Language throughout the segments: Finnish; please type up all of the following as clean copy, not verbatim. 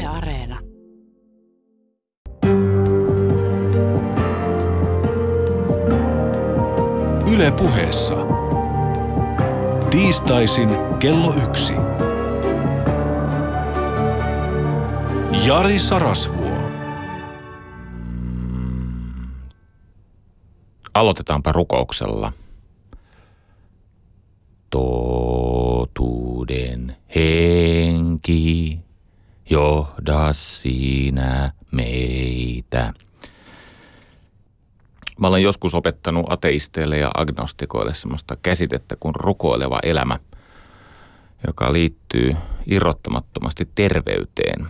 Yle Areena. Yle Puheessa. Tiistaisin kello 1. Jari Sarasvuo. Aloitetaanpa rukouksella. Totuuden henki, johda sinä meitä. Mä olen joskus opettanut ateisteille ja agnostikoille semmoista käsitettä kuin rukoileva elämä, joka liittyy irrottamattomasti terveyteen.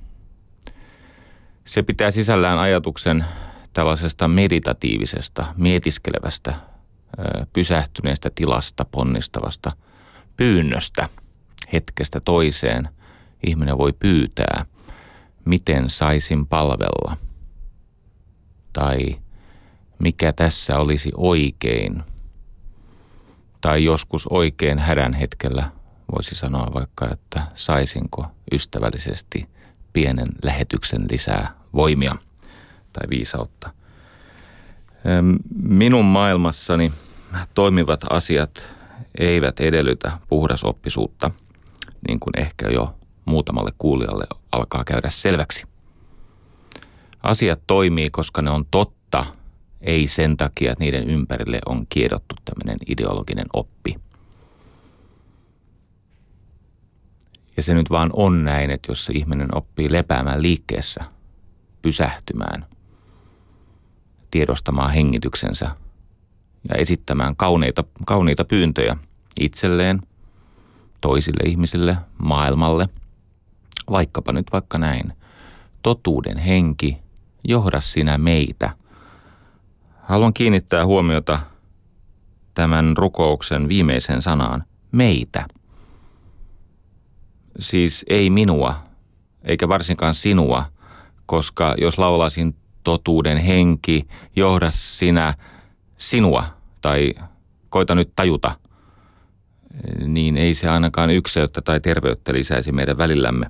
Se pitää sisällään ajatuksen tällaisesta meditatiivisesta, mietiskelevästä, pysähtyneestä tilasta, ponnistavasta pyynnöstä hetkestä toiseen. Ihminen voi pyytää, miten saisin palvella tai mikä tässä olisi oikein. Tai joskus oikein hädän hetkellä voisi sanoa vaikka, että saisinko ystävällisesti pienen lähetyksen lisää voimia tai viisautta. Minun maailmassani toimivat asiat eivät edellytä puhdasoppisuutta, niin kuin ehkä jo muutamalle kuulijalle alkaa käydä selväksi. Asiat toimii, koska ne on totta, ei sen takia, että niiden ympärille on kiedottu tämmöinen ideologinen oppi. Ja se nyt vaan on näin, että jos se ihminen oppii lepäämään liikkeessä, pysähtymään, tiedostamaan hengityksensä ja esittämään kauniita pyyntöjä itselleen, toisille ihmisille, maailmalle, vaikka näin. Totuuden henki, johda sinä meitä. Haluan kiinnittää huomiota tämän rukouksen viimeiseen sanaan, meitä. Siis ei minua, eikä varsinkaan sinua, koska jos laulaisin totuuden henki, johda sinua tai koita nyt tajuta, niin ei se ainakaan ykseyttä tai terveyttä lisäisi meidän välillämme.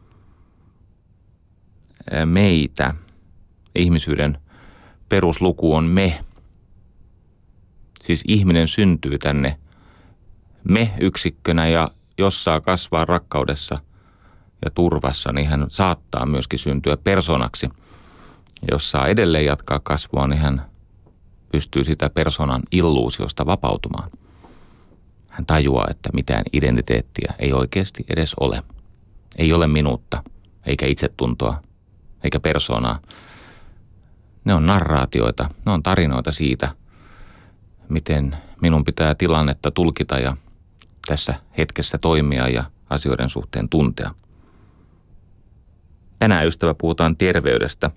Meitä, ihmisyyden perusluku on me. Siis ihminen syntyy tänne me-yksikkönä ja jos saa kasvaa rakkaudessa ja turvassa, niin hän saattaa myöskin syntyä persoonaksi. Jos saa edelleen jatkaa kasvua, niin hän pystyy sitä persoonan illuusiosta vapautumaan. Hän tajuaa, että mitään identiteettiä ei oikeasti edes ole. Ei ole minuutta, eikä itsetuntoa, eikä persoonaa. Ne on narraatioita, ne on tarinoita siitä, miten minun pitää tilannetta tulkita ja tässä hetkessä toimia ja asioiden suhteen tuntea. Tänään, ystävä, puhutaan terveydestä.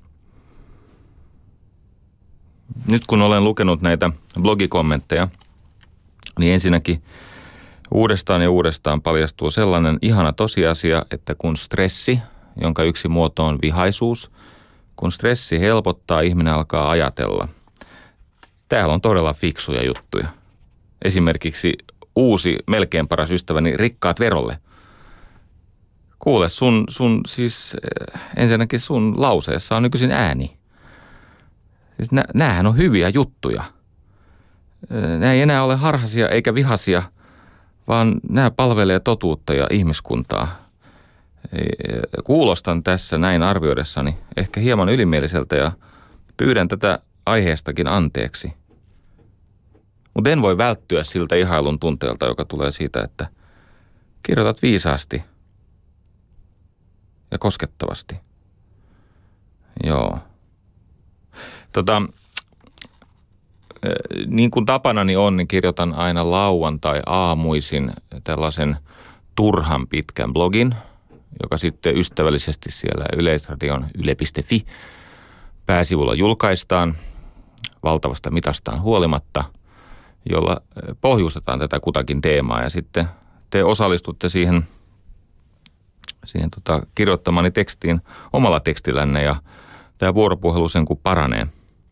Nyt kun olen lukenut näitä blogikommentteja, niin ensinnäkin uudestaan paljastuu sellainen ihana tosiasia, että kun stressi, jonka yksi muoto on vihaisuus, kun stressi helpottaa, ihminen alkaa ajatella. Täällä on todella fiksuja juttuja. Esimerkiksi uusi, melkein paras ystäväni, rikkaat verolle. Kuule, ensinnäkin sun lauseessa on nykyisin ääni. Siis näähän on hyviä juttuja. Nämä ei enää ole harhaisia eikä vihaisia, vaan nämä palvelee totuutta ja ihmiskuntaa. Kuulostan tässä näin arvioidessani ehkä hieman ylimieliseltä ja pyydän tätä aiheestakin anteeksi. Mutta en voi välttyä siltä ihailun tunteelta, joka tulee siitä, että kirjoitat viisaasti ja koskettavasti. Joo. Niin kuin tapanani on, niin kirjoitan aina lauantai-aamuisin tällaisen turhan pitkän blogin, joka sitten ystävällisesti siellä Yleisradion yle.fi pääsivulla julkaistaan valtavasta mitastaan huolimatta, jolla pohjustetaan tätä kutakin teemaa ja sitten te osallistutte siihen kirjoittamani tekstiin omalla tekstillänne ja tämä vuoropuhelu sen kun paranee.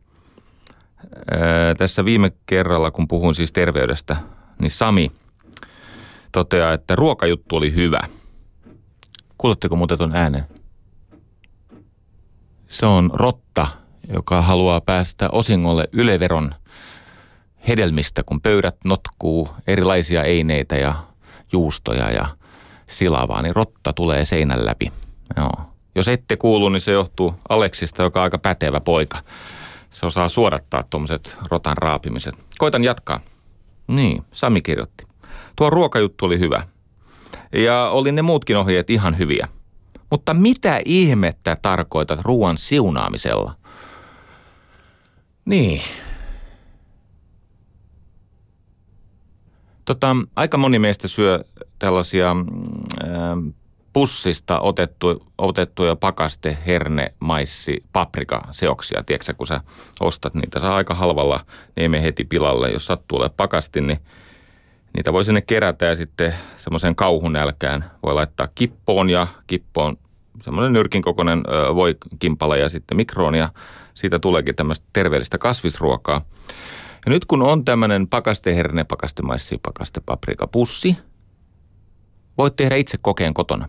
Tässä viime kerralla, kun puhuin siis terveydestä, niin Sami toteaa, että ruokajuttu oli hyvä. Kuuletteko muuten ton äänen? Se on rotta, joka haluaa päästä osingolle Yle-veron hedelmistä, kun pöydät notkuu erilaisia eineitä ja juustoja ja silavaa, niin rotta tulee seinän läpi. Joo. Jos ette kuulu, niin se johtuu Aleksista, joka on aika pätevä poika. Se osaa suodattaa tuommoiset rotan raapimiset. Koitan jatkaa. Niin, Sami kirjoitti. Tuo ruokajuttu oli hyvä. Ja oli ne muutkin ohjeet ihan hyviä. Mutta mitä ihmettä tarkoitat ruoan siunaamisella? Niin. Aika moni meistä syö tällaisia pussista otettuja pakaste, herne, maissi, paprikaseoksia. Tiedätkö, kun sä ostat niitä, saa aika halvalla, ne ei mene heti pilalle. Jos sattuu olemaan pakasti, niin niitä voi sinne kerätä ja sitten semmoisen kauhunälkään voi laittaa kippoon ja kippoon semmoinen nyrkin kokoinen voikimpale ja sitten mikroon ja siitä tuleekin tämmöistä terveellistä kasvisruokaa. Ja nyt kun on tämmöinen pakasteherne, pakastemaissi, pakastepaprikapussi, voit tehdä itse kokeen kotona.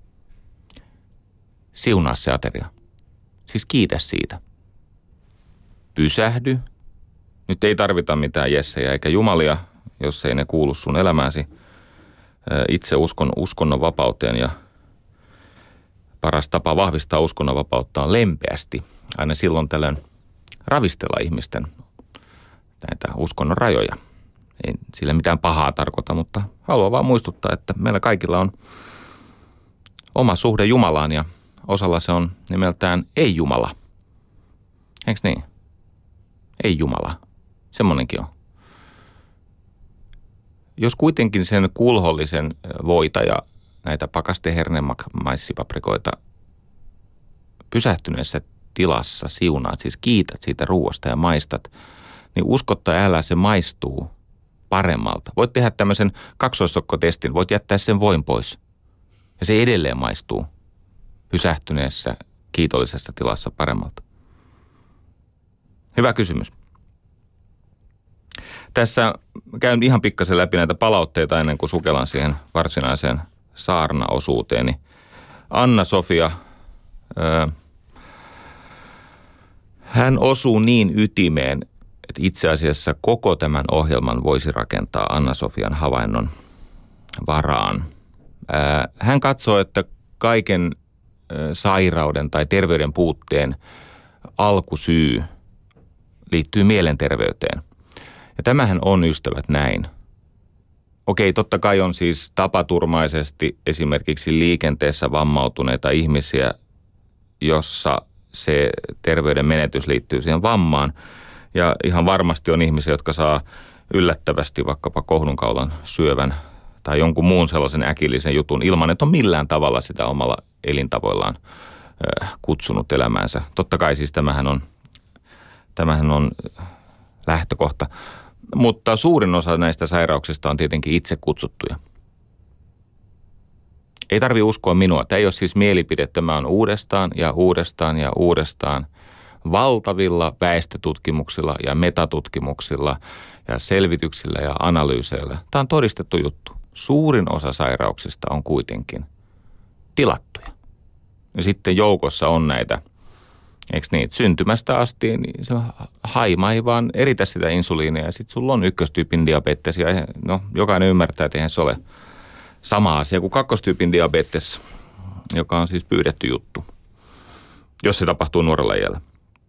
Siunaa se ateria. Siis kiitä siitä. Pysähdy. Nyt ei tarvita mitään jessejä eikä jumalia, jos ei ne kuulu sun elämääsi. Itse uskon uskonnon vapauteen ja paras tapa vahvistaa uskonnonvapautta on lempeästi. Aina silloin tällöin ravistella ihmisten näitä uskonnon rajoja. Ei sille mitään pahaa tarkoita, mutta haluan vaan muistuttaa, että meillä kaikilla on oma suhde Jumalaan ja osalla se on nimeltään ei-Jumala. Eikö niin? Ei-Jumala. Semmoinenkin on. Jos kuitenkin sen kulhollisen voita ja näitä pakastehernemaisipaprikoita pysähtyneessä tilassa siunaat, siis kiität siitä ruoasta ja maistat, niin uskotta älä se maistuu paremmalta. Voit tehdä tämmöisen kaksoissokkotestin, voit jättää sen voin pois. Ja se edelleen maistuu pysähtyneessä, kiitollisessa tilassa paremmalta. Hyvä kysymys. Tässä käyn ihan pikkasen läpi näitä palautteita ennen kuin sukellan siihen varsinaiseen saarnaosuuteeni. Anna-Sofia, hän osuu niin ytimeen, että itse asiassa koko tämän ohjelman voisi rakentaa Anna-Sofian havainnon varaan. Hän katsoo, että kaiken sairauden tai terveyden puutteen alkusyy liittyy mielenterveyteen. Ja tämähän on, ystävät, näin. Okei, totta kai on siis tapaturmaisesti esimerkiksi liikenteessä vammautuneita ihmisiä, jossa se terveyden menetys liittyy siihen vammaan. Ja ihan varmasti on ihmisiä, jotka saa yllättävästi vaikkapa kohdunkaulan syövän tai jonkun muun sellaisen äkillisen jutun ilman, että on millään tavalla sitä omalla elintavoillaan kutsunut elämäänsä. Totta kai siis tämähän on lähtökohta, mutta suurin osa näistä sairauksista on tietenkin itse kutsuttuja. Ei tarvitse uskoa minua. Tämä ei ole siis mielipide, tämä on uudestaan ja uudestaan ja uudestaan valtavilla väestötutkimuksilla ja metatutkimuksilla ja selvityksillä ja analyyseillä. Tämä on todistettu juttu. Suurin osa sairauksista on kuitenkin tilattuja. Ja sitten joukossa on näitä, eikö niin, syntymästä asti, niin se haima ei vaan eritä sitä insuliinia ja sitten sulla on ykköstyypin diabetes. Ja no, jokainen ymmärtää, että eihän se ole sama asia kuin kakkostyypin diabetes, joka on siis pyydetty juttu, jos se tapahtuu nuorella iällä.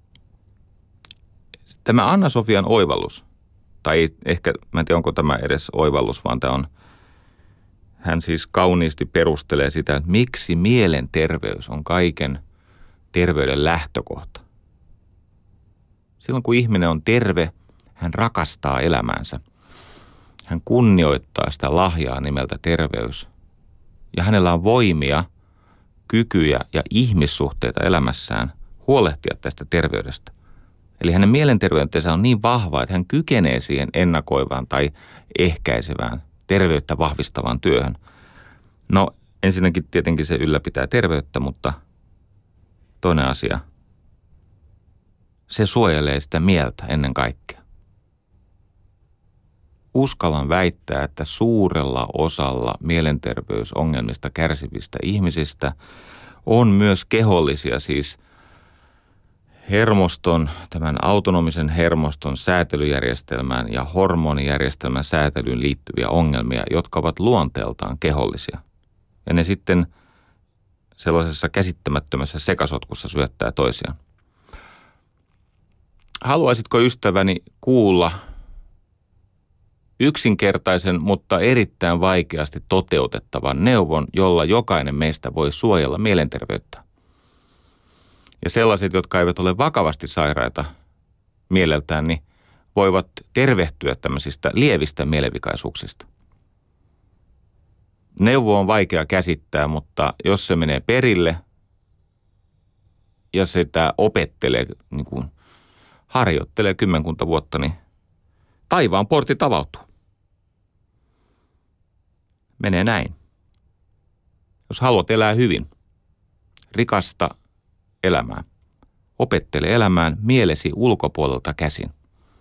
Tämä Anna-Sofian oivallus, tai ehkä, mä en tiedä onko tämä edes oivallus, vaan tämä on, hän siis kauniisti perustelee sitä, että miksi mielenterveys on kaiken terveyden lähtökohta. Silloin kun ihminen on terve, hän rakastaa elämäänsä. Hän kunnioittaa sitä lahjaa nimeltä terveys. Ja hänellä on voimia, kykyjä ja ihmissuhteita elämässään huolehtia tästä terveydestä. Eli hänen mielenterveytensä on niin vahva, että hän kykenee siihen ennakoivaan tai ehkäisevään, terveyttä vahvistavaan työhön. No ensinnäkin tietenkin se ylläpitää terveyttä, mutta toinen asia, se suojelee sitä mieltä ennen kaikkea. Uskallan väittää, että suurella osalla mielenterveysongelmista kärsivistä ihmisistä on myös kehollisia, siis hermoston, tämän autonomisen hermoston säätelyjärjestelmään ja hormonijärjestelmän säätelyyn liittyviä ongelmia, jotka ovat luonteeltaan kehollisia. Ja ne sitten sellaisessa käsittämättömässä sekasotkussa syöttää toisiaan. Haluaisitko ystäväni kuulla yksinkertaisen, mutta erittäin vaikeasti toteutettavan neuvon, jolla jokainen meistä voi suojella mielenterveyttä? Ja sellaiset, jotka eivät ole vakavasti sairaita mieleltään, niin voivat tervehtyä tämmöisistä lievistä mielenvikaisuuksista. Neuvo on vaikea käsittää, mutta jos se menee perille ja sitä opettelee, niin kuin harjoittelee kymmenkunta vuotta, niin taivaan portit avautuu. Menee näin. Jos haluat elää hyvin, rikasta elämää, opettele elämään mielesi ulkopuolelta käsin.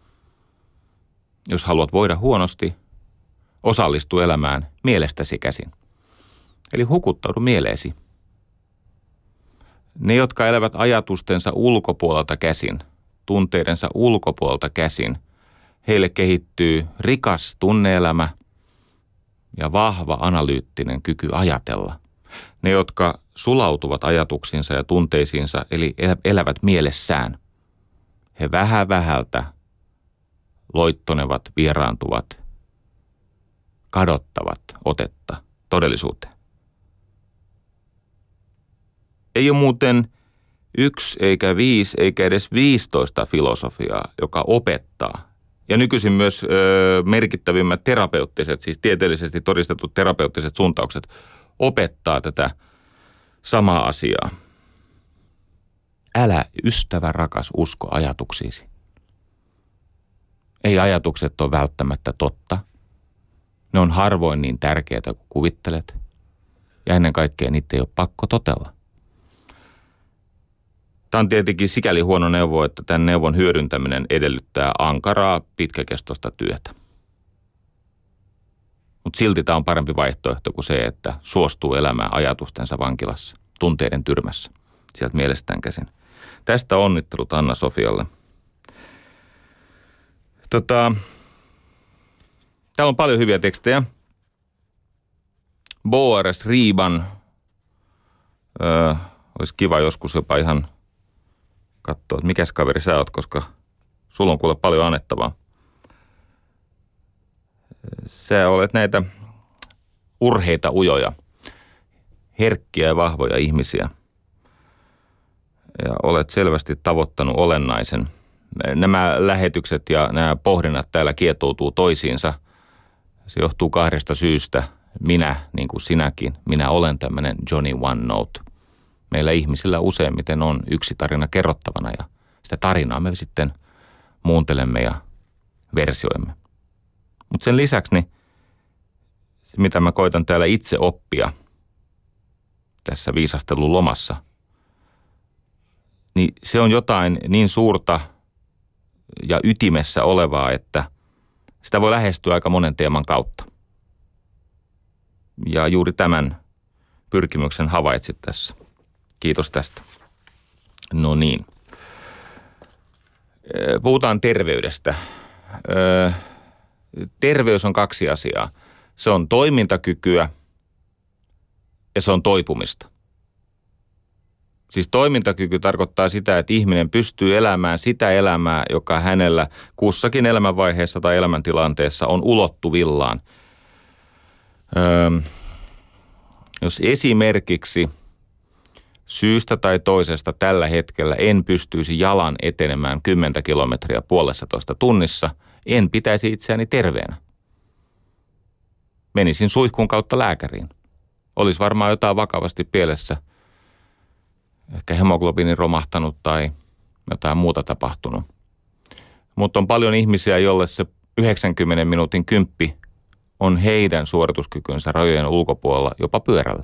Jos haluat voida huonosti, osallistu elämään mielestäsi käsin. Eli hukuttaudu mieleesi. Ne, jotka elävät ajatustensa ulkopuolelta käsin, tunteidensa ulkopuolelta käsin, heille kehittyy rikas tunneelämä ja vahva analyyttinen kyky ajatella. Ne, jotka sulautuvat ajatuksiinsa ja tunteisiinsa, eli elävät mielessään, he vähältä loittonevat, vieraantuvat, kadottavat otetta todellisuuteen. Ei ole muuten 1 eikä 5 eikä edes 15 filosofiaa, joka opettaa. Ja nykyisin myös merkittävimmät terapeuttiset, siis tieteellisesti todistetut terapeuttiset suuntaukset opettaa tätä samaa asiaa. Älä, ystävä rakas, usko ajatuksiisi. Ei ajatukset ole välttämättä totta. Ne on harvoin niin tärkeitä kuin kuvittelet. Ja ennen kaikkea niitä ei ole pakko totella. Tämä on tietenkin sikäli huono neuvo, että tämän neuvon hyödyntäminen edellyttää ankaraa, pitkäkestoista työtä. Mutta silti tämä on parempi vaihtoehto kuin se, että suostuu elämään ajatustensa vankilassa, tunteiden tyrmässä, sieltä mielestään käsin. Tästä onnittelut Anna-Sofialle. Täällä on paljon hyviä tekstejä. Boris Riiban. Olisi kiva joskus jopa ihan katsoa, että mikäs kaveri sä oot, koska sulla on kuule paljon annettavaa. Sä olet näitä urheita, ujoja, herkkiä ja vahvoja ihmisiä. Ja olet selvästi tavoittanut olennaisen. Nämä lähetykset ja nämä pohdinnat täällä kietoutuu toisiinsa. Se johtuu 2 syystä. Minä, niin kuin sinäkin, minä olen tämmöinen Johnny One Note. Meillä ihmisillä useimmiten on yksi tarina kerrottavana ja sitä tarinaa me sitten muuntelemme ja versioimme. Mutta sen lisäksi niin se, mitä mä koitan täällä itse oppia tässä viisastelun lomassa, niin se on jotain niin suurta ja ytimessä olevaa, että sitä voi lähestyä aika monen teeman kautta. Ja juuri tämän pyrkimyksen havaitsit tässä. Kiitos tästä. No niin. Puhutaan terveydestä. Terveys on 2 asiaa. Se on toimintakykyä ja se on toipumista. Siis toimintakyky tarkoittaa sitä, että ihminen pystyy elämään sitä elämää, joka hänellä kussakin elämänvaiheessa tai elämäntilanteessa on ulottuvillaan. Jos esimerkiksi syystä tai toisesta tällä hetkellä en pystyisi jalan etenemään 10 kilometriä 1,5 tunnissa, en pitäisi itseäni terveenä. Menisin suihkun kautta lääkäriin. Olisi varmaan jotain vakavasti pielessä. Ehkä hemoglobiini romahtanut tai jotain muuta tapahtunut. Mutta on paljon ihmisiä, jolle se 90 minuutin kymppi on heidän suorituskykynsä rajojen ulkopuolella jopa pyörällä.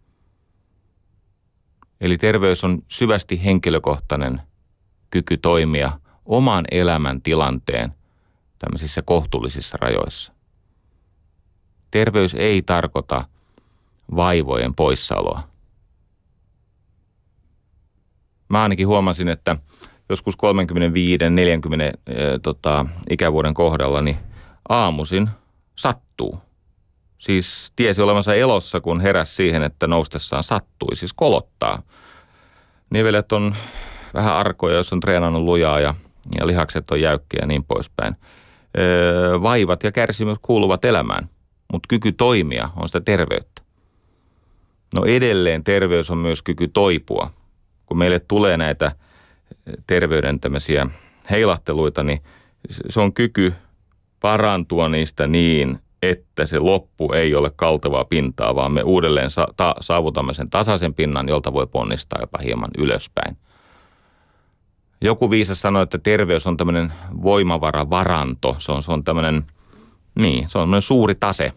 Eli terveys on syvästi henkilökohtainen kyky toimia oman elämän tilanteen tämmöisissä kohtuullisissa rajoissa. Terveys ei tarkoita vaivojen poissaoloa. Mä ainakin huomasin, että joskus 35-40 ikävuoden kohdalla, niin aamuisin sattuu. Siis tiesi olevansa elossa, kun heräsi siihen, että noustessaan sattui, siis kolottaa. Nivelet on vähän arkoja, jos on treenannut lujaa ja lihakset on jäykkiä ja niin poispäin. Vaivat ja kärsimys kuuluvat elämään, mutta kyky toimia on sitä terveyttä. No edelleen terveys on myös kyky toipua. Kun meille tulee näitä terveyden tämmöisiä heilahteluita, niin se on kyky parantua niistä niin, että se loppu ei ole kaltevaa pintaa, vaan me uudelleen saavutamme sen tasaisen pinnan, jolta voi ponnistaa jopa hieman ylöspäin. Joku viisas sanoi, että terveys on tämmöinen voimavaravaranto. Se on tämmöinen, se on tämmöinen suuri tase,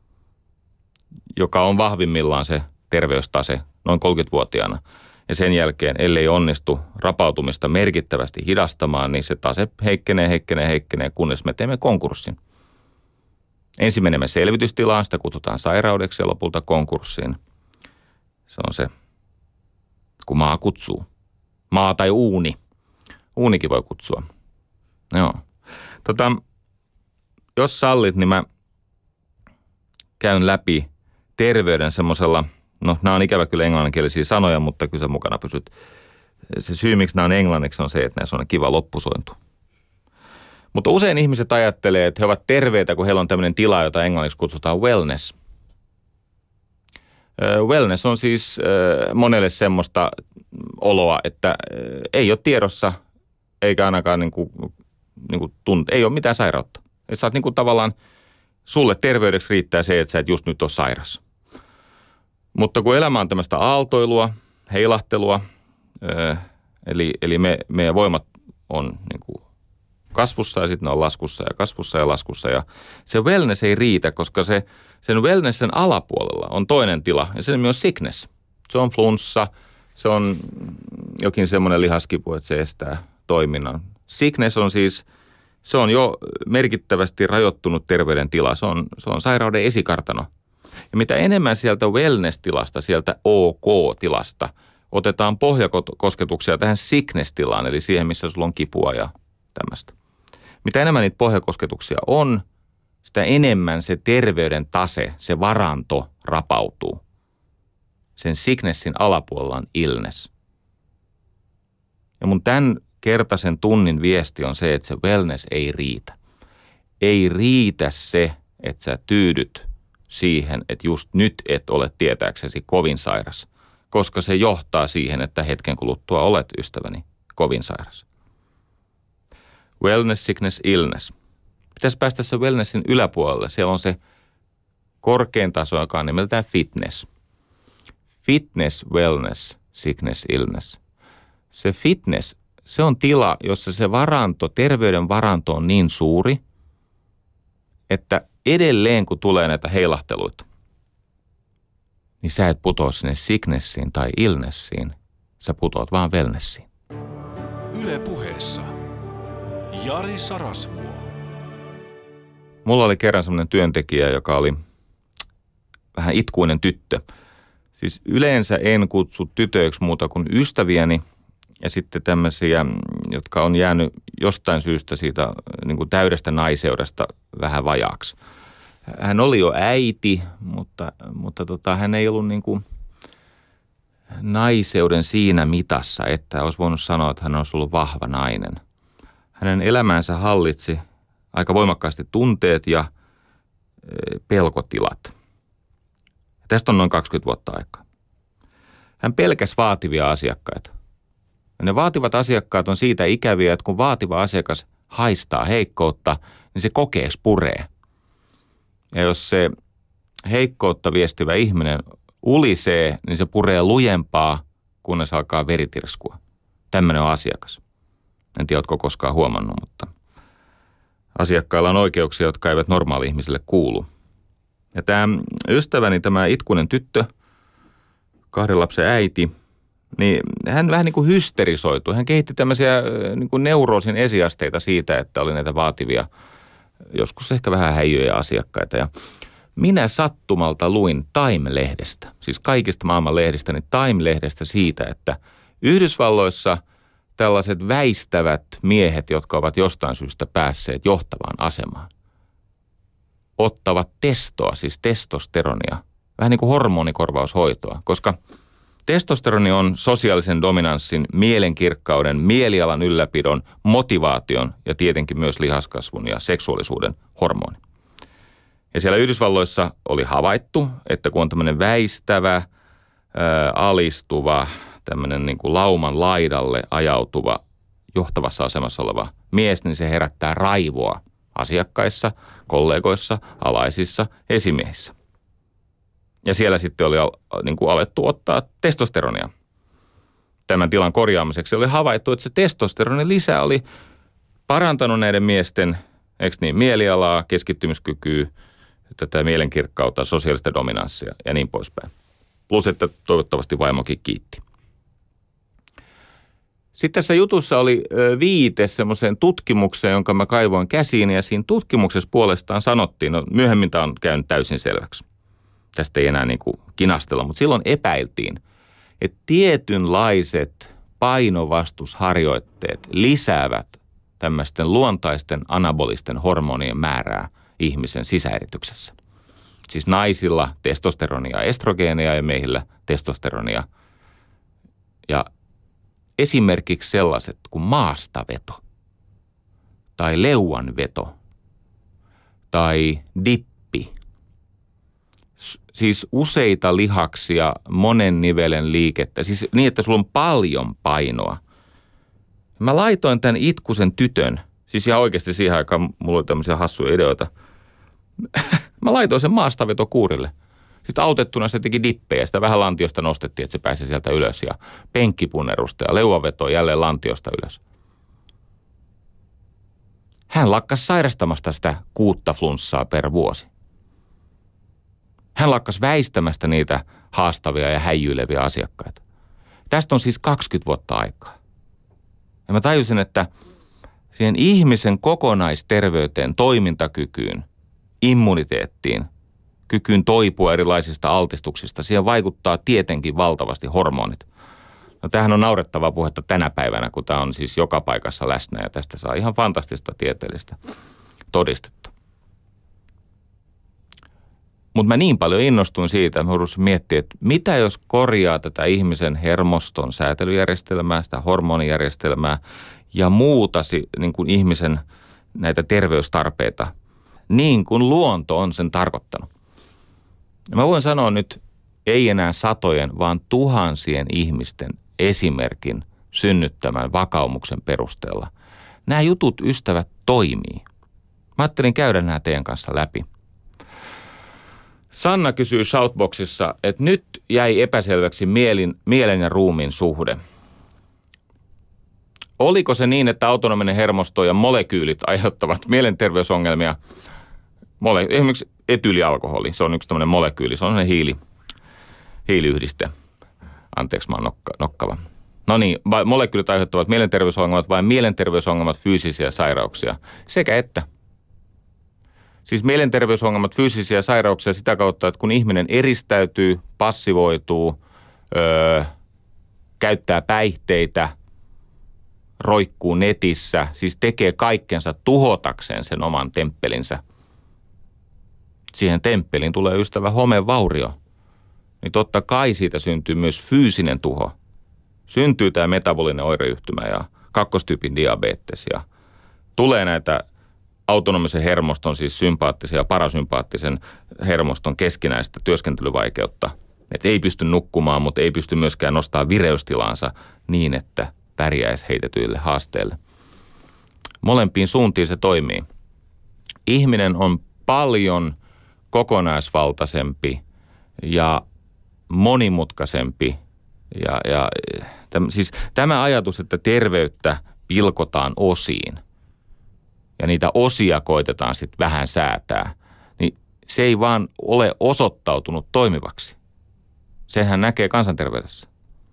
joka on vahvimmillaan se terveystase noin 30-vuotiaana. Ja sen jälkeen, ellei onnistu rapautumista merkittävästi hidastamaan, niin se tase heikkenee, kunnes me teemme konkurssin. Ensin menemme selvitystilaan, sitä kutsutaan sairaudeksi ja lopulta konkurssiin. Se on se, kun maa kutsuu. Maa tai uuni. Uunikin voi kutsua. Joo. Jos sallit, niin mä käyn läpi terveyden semmoisella, no nämä on ikävä kyllä englanninkielisiä sanoja, mutta kyllä sä mukana pysyt. Se syy, miksi nämä on englanniksi, on se, että näissä on kiva loppusointu. Mutta usein ihmiset ajattelee, että he ovat terveitä, kun heillä on tämmöinen tila, jota englanniksi kutsutaan wellness. Wellness on siis monelle semmoista oloa, että ei ole tiedossa, eikä ainakaan ei ole mitään sairautta. Että sä oot tavallaan, sulle terveydeksi riittää se, että sä et just nyt ole sairas. Mutta kun elämä on tämmöistä aaltoilua, heilahtelua, eli meidän voimat on kasvussa ja sitten ne on laskussa ja kasvussa ja laskussa. Ja se wellness ei riitä, koska sen wellnessen alapuolella on toinen tila ja se nimi on sickness. Se on flunssa, se on jokin semmoinen lihaskipu, että se estää toiminnan. Sickness on siis, se on jo merkittävästi rajoittunut terveydentila. Se on sairauden esikartano. Ja mitä enemmän sieltä wellness-tilasta, sieltä OK-tilasta, otetaan pohjakosketuksia tähän sickness-tilaan, eli siihen, missä sulla on kipua ja tämmöistä. Mitä enemmän niitä pohjakosketuksia on, sitä enemmän se terveyden tase, se varanto rapautuu. Sen sicknessin alapuolella on illness. Ja mun tämän kertaisen tunnin viesti on se, että se wellness ei riitä. Ei riitä se, että sä tyydyt siihen, että just nyt et ole tietääksesi kovin sairas, koska se johtaa siihen, että hetken kuluttua olet, ystäväni, kovin sairas. Wellness, sickness, illness. Pitäisi päästä se wellnessin yläpuolelle. Siellä on se korkein taso, joka on nimeltään fitness. Fitness, wellness, sickness, illness. Se fitness, se on tila, jossa se varanto, terveyden varanto on niin suuri, että edelleen kun tulee näitä heilahteluita, niin sä et putoa sinne sicknessiin tai illnessiin, sä putoat vaan wellnessiin. Yle Puheessa Jari Sarasvuo. Mulla oli kerran semmoinen työntekijä, joka oli vähän itkuinen tyttö. Siis yleensä en kutsu tytöiksi muuta kuin ystäviäni ja sitten tämmöisiä, jotka on jäänyt jostain syystä siitä niin kuin täydestä naiseudesta vähän vajaaksi. Hän oli jo äiti, mutta hän ei ollut niin kuin naiseuden siinä mitassa, että olisi voinut sanoa, että hän olisi ollut vahva nainen. Hänen elämäänsä hallitsi aika voimakkaasti tunteet ja pelkotilat. Tästä on noin 20 vuotta aikaa. Hän pelkäsi vaativia asiakkaita. Ja ne vaativat asiakkaat on siitä ikäviä, että kun vaativa asiakas haistaa heikkoutta, niin se kokees puree. Ja jos se heikkoutta viestivä ihminen ulisee, niin se puree lujempaa, kunnes alkaa veritirskua. Tämmöinen on asiakas. En tiedä, oletko koskaan huomannut, mutta asiakkailla on oikeuksia, jotka eivät normaali-ihmisille kuulu. Ja tämä ystäväni, tämä itkunen tyttö, 2 lapsen äiti, niin hän vähän niin kuin hysterisoitui. Hän kehitti tämmöisiä niin kuin neuroosin esiasteita siitä, että oli näitä vaativia, joskus ehkä vähän häijyjä asiakkaita. Ja minä sattumalta luin Time-lehdestä, siis kaikista maailman lehdistä, niin Time-lehdestä siitä, että Yhdysvalloissa tällaiset väistävät miehet, jotka ovat jostain syystä päässeet johtavaan asemaan, ottavat testoa, siis testosteronia, vähän niin kuin hormonikorvaushoitoa, koska testosteroni on sosiaalisen dominanssin, mielenkirkkauden, mielialan ylläpidon, motivaation ja tietenkin myös lihaskasvun ja seksuaalisuuden hormoni. Ja siellä Yhdysvalloissa oli havaittu, että kun on tämmöinen väistävä, alistuva, tämmöinen niin kuin lauman laidalle ajautuva, johtavassa asemassa oleva mies, niin se herättää raivoa asiakkaissa, kollegoissa, alaisissa, esimiehissä. Ja siellä sitten oli niin kuin alettu ottaa testosteronia. Tämän tilan korjaamiseksi oli havaittu, että se testosteronin lisä oli parantanut näiden miesten, mielialaa, keskittymiskykyä, tätä mielenkirkkautta, sosiaalista dominanssia ja niin poispäin. Plus, että toivottavasti vaimokin kiitti. Sitten tässä jutussa oli viite semmoiseen tutkimukseen, jonka mä kaivoin käsiin, ja siinä tutkimuksessa puolestaan sanottiin, no myöhemmin tämä on käynyt täysin selväksi. Tästä ei enää niin kuin kinastella, mutta silloin epäiltiin, että tietynlaiset painovastusharjoitteet lisäävät tämmöisten luontaisten anabolisten hormonien määrää ihmisen sisäerityksessä. Siis naisilla testosteronia ja estrogeenia ja miehillä testosteronia. Ja esimerkiksi sellaiset kuin maastaveto tai leuanveto tai dippi. Siis useita lihaksia, monen nivelen liikettä, siis niin, että sulla on paljon painoa. Mä laitoin tämän itkusen tytön, siis ihan oikeasti siihen aikaan mulla oli tämmöisiä hassuja ideoita. Mä laitoin sen maastavetokuurille. Sitten autettuna se teki dippejä, sitä vähän lantiosta nostettiin, että se pääsi sieltä ylös ja penkkipunnerusta ja leuanvetoa jälleen lantiosta ylös. Hän lakkasi sairastamasta sitä 6 flunssaa per vuosi. Hän lakkasi väistämästä niitä haastavia ja häijyileviä asiakkaita. Tästä on siis 20 vuotta aikaa. Ja mä tajusin, että siihen ihmisen kokonaisterveyteen, toimintakykyyn, immuniteettiin, kykyyn toipua erilaisista altistuksista, siihen vaikuttaa tietenkin valtavasti hormonit. No tämähän on naurettavaa puhetta tänä päivänä, kun tämä on siis joka paikassa läsnä ja tästä saa ihan fantastista tieteellistä todistetta. Mutta mä niin paljon innostuin siitä, että mä haluaisin miettiä, että mitä jos korjaa tätä ihmisen hermoston säätelyjärjestelmää, sitä hormonijärjestelmää ja muuta niin kuin ihmisen näitä terveystarpeita, niin kuin luonto on sen tarkoittanut. Ja mä voin sanoa nyt, ei enää satojen, vaan tuhansien ihmisten esimerkin synnyttämän vakaumuksen perusteella. Nämä jutut, ystävät, toimii. Mä ajattelin käydä nämä teidän kanssa läpi. Sanna kysyy Shoutboxissa, että nyt jäi epäselväksi mielen ja ruumiin suhde. Oliko se niin, että autonominen hermosto ja molekyylit aiheuttavat mielenterveysongelmia? Esimerkiksi etyylialkoholi, se on yksi tämmöinen molekyyli, se on sellainen hiiliyhdiste. Anteeksi, mä oon nokkava. No niin, molekyylit aiheuttavat mielenterveysongelmat vai mielenterveysongelmat fyysisiä sairauksia? Sekä että. Siis mielenterveysongelmat, fyysisiä sairauksia sitä kautta, että kun ihminen eristäytyy, passivoituu, käyttää päihteitä, roikkuu netissä, siis tekee kaikkensa tuhotakseen sen oman temppelinsä. Siihen temppeliin tulee ystävä homevaurio. Niin totta kai siitä syntyy myös fyysinen tuho. Syntyy tämä metabolinen oireyhtymä ja kakkostyypin diabetes ja tulee näitä autonomisen hermoston, siis sympaattisen ja parasympaattisen hermoston keskinäistä työskentelyvaikeutta. Että ei pysty nukkumaan, mutta ei pysty myöskään nostamaan vireystilaansa niin, että pärjäisi heitetyille haasteille. Molempiin suuntiin se toimii. Ihminen on paljon kokonaisvaltaisempi ja monimutkaisempi. Siis tämä ajatus, että terveyttä pilkotaan osiin ja niitä osia koitetaan sitten vähän säätää, niin se ei vaan ole osoittautunut toimivaksi. Sehän näkee kansanterveydessä.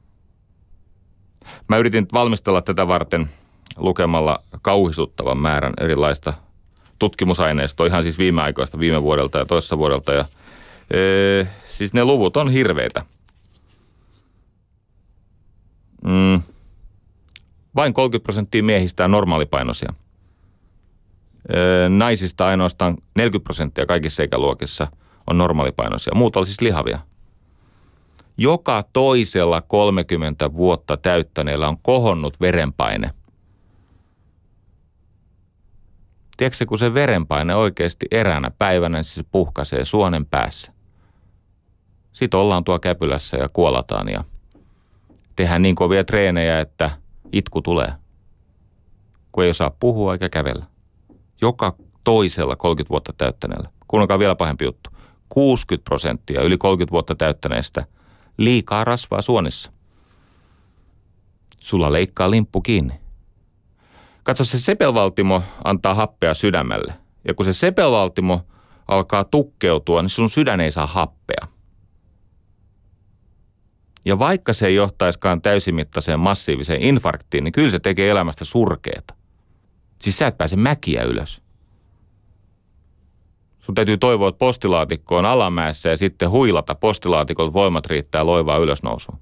Mä yritin valmistella tätä varten lukemalla kauhistuttavan määrän erilaista tutkimusaineistoa, ihan siis viime aikoista, viime vuodelta ja toissa vuodelta. Ja, siis ne luvut on hirveitä. Vain 30% miehistä on normaalipainoisia. Naisista ainoastaan 40% kaikissa ikäluokissa on normaalipainoisia. Muut on siis lihavia. Joka toisella 30 vuotta täyttäneellä on kohonnut verenpaine. Tiedätkö, kun se verenpaine oikeasti eräänä päivänä, niin se puhkaisee suonen päässä. Sitten ollaan tuo käpylässä ja kuolataan ja tehdään niin kovia treenejä, että itku tulee. Kun ei osaa puhua eikä kävellä. Joka toisella 30 vuotta täyttäneellä. Kuunnelkaa vielä pahempi juttu. 60% yli 30 vuotta täyttäneistä liikaa rasvaa suonissa. Sulla leikkaa limppu kiinni. Katso, se sepelvaltimo antaa happea sydämelle. Ja kun se sepelvaltimo alkaa tukkeutua, niin sun sydän ei saa happea. Ja vaikka se ei johtaiskaan täysimittaiseen massiiviseen infarktiin, niin kyllä se tekee elämästä surkeeta. Siis sä et pääse mäkiä ylös. Sun täytyy toivoa, että postilaatikko on alamäessä ja sitten huilata postilaatikolta voimat riittää loivaa ylösnousuun.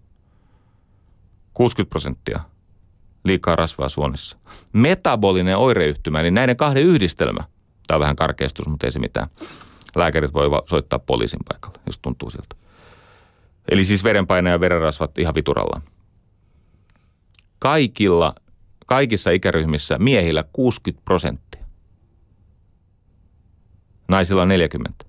60% liikaa rasvaa suonissa. Metabolinen oireyhtymä, eli näiden kahden yhdistelmä. Tämä on vähän karkeistus, mutta ei se mitään. Lääkärit voi soittaa poliisin paikalle, jos tuntuu siltä. Eli siis verenpaine ja verenrasvat ihan viturallaan. Kaikissa ikäryhmissä miehillä 60%. Naisilla 40%.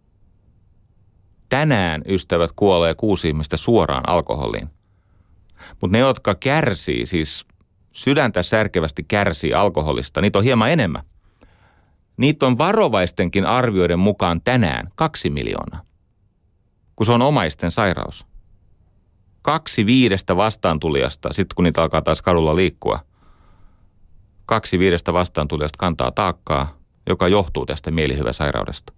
Tänään, ystävät, kuolee 6 ihmistä suoraan alkoholiin. Mutta ne, jotka kärsii, siis sydäntä särkevästi kärsii alkoholista, niitä on hieman enemmän. Niitä on varovaistenkin arvioiden mukaan tänään 2 miljoonaa. Kun se on omaisten sairaus. 2 5 vastaantulijasta, sitten kun niitä alkaa taas kadulla liikkua, 2 5 vastaantulijasta kantaa taakkaa, joka johtuu tästä mielihyväsairaudesta.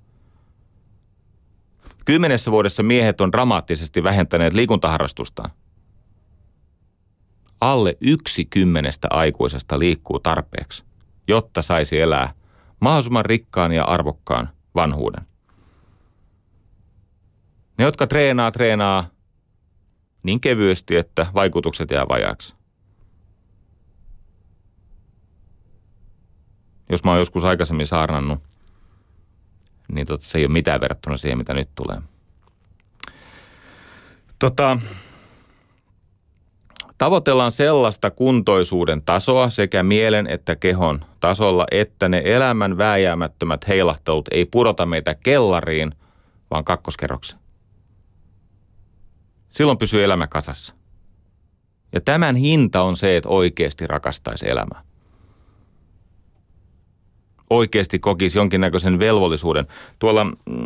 10 vuodessa miehet on dramaattisesti vähentäneet liikuntaharrastustaan. Alle 1/10 aikuisesta liikkuu tarpeeksi, jotta saisi elää mahdollisimman rikkaan ja arvokkaan vanhuuden. Ne, jotka treenaa niin kevyesti, että vaikutukset jää vajaaksi. Jos mä oon joskus aikaisemmin saarnannut, niin se ei ole mitään verrattuna siihen, mitä nyt tulee. Tavoitellaan sellaista kuntoisuuden tasoa sekä mielen että kehon tasolla, että ne elämän vääjäämättömät heilahtelut ei pudota meitä kellariin, vaan kakkoskerrokseen. Silloin pysyy elämä kasassa. Ja tämän hinta on se, että oikeasti rakastaisi elämää. Oikeasti kokisi jonkinnäköisen velvollisuuden. Tuolla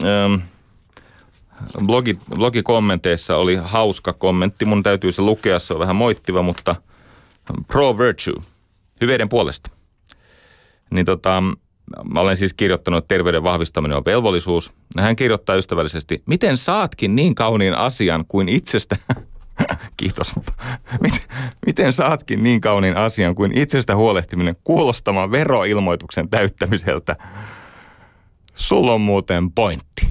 blogikommenteissa oli hauska kommentti. Mun täytyy se lukea, se on vähän moittiva, mutta pro virtue, hyveiden puolesta. Niin mä olen siis kirjoittanut, että terveyden vahvistaminen on velvollisuus. Hän kirjoittaa ystävällisesti, miten saatkin niin kauniin asian kuin itsestä... Kiitos. Miten saatkin niin kauniin asian kuin itsestä huolehtiminen kuulostamaan veroilmoituksen täyttämiseltä? Sulla on muuten pointti.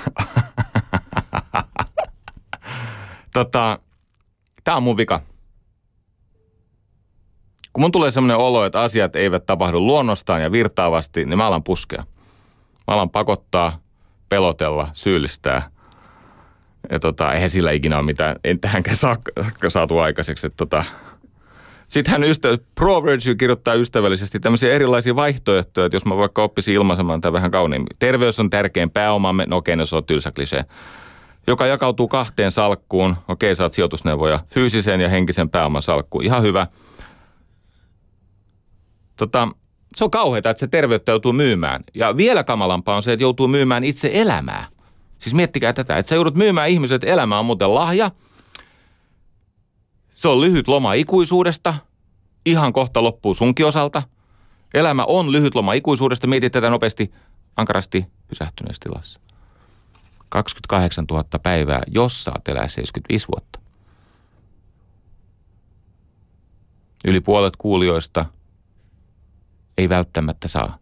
Tää on mun vika. Kun mun tulee semmoinen olo, että asiat eivät tapahdu luonnostaan ja virtaavasti, niin mä alan puskea. Mä alan pakottaa, pelotella, syyllistää. Ja eihän sillä ikinä ole mitään, en tähänkään saatu aikaiseksi. Sitten hän Pro Virtue kirjoittaa ystävällisesti tämmöisiä erilaisia vaihtoehtoja, että jos mä vaikka oppisin ilmaisemaan tämän vähän kauniimmin. Terveys on tärkein pääomamme, no okei, no se on tylsä klisee. Joka jakautuu 2 salkkuun, okei, saat sijoitusneuvoja, fyysisen ja henkisen pääoman salkkuun, ihan hyvä. Se on kauheata, että se terveyttä joutuu myymään. Ja vielä kamalampaa on se, että joutuu myymään itse elämää. Siis miettikää tätä, että sä joudut myymään ihmiset, että elämä on muuten lahja. Se on lyhyt loma ikuisuudesta. Ihan kohta loppuu sunkin osalta. Elämä on lyhyt loma ikuisuudesta. Mietit tätä nopeasti, ankarasti pysähtyneessä tilassa. 28 000 päivää, jos saat elää 75 vuotta. Yli puolet kuulijoista ei välttämättä saa.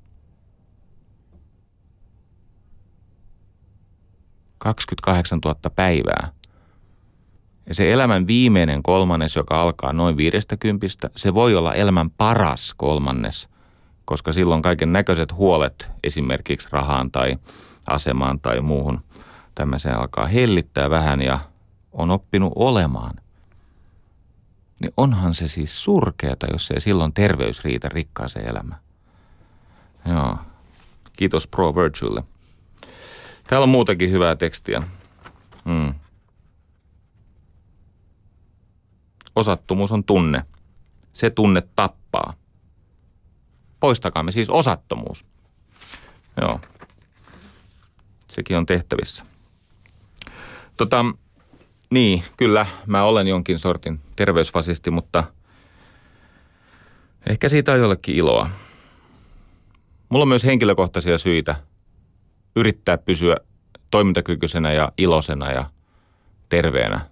28 000 päivää Ja se elämän viimeinen kolmannes, joka alkaa noin 50, se voi olla elämän paras kolmannes, koska silloin kaiken näköiset huolet esimerkiksi rahaan tai asemaan tai muuhun tämmöiseen alkaa hellittää vähän ja on oppinut olemaan. Niin onhan se siis surkeata, jos ei silloin terveys riitä rikkaaseen elämään. Joo. Kiitos Pro Virtuelle. Täällä on muutakin hyvää tekstiä. Osattomuus on tunne. Se tunne tappaa. Poistakaamme siis osattomuus. Joo. Sekin on tehtävissä. Niin, kyllä, mä olen jonkin sortin terveysfasisti, mutta ehkä siitä on jollekin iloa. Mulla on myös henkilökohtaisia syitä yrittää pysyä toimintakykyisenä ja iloisena ja terveenä.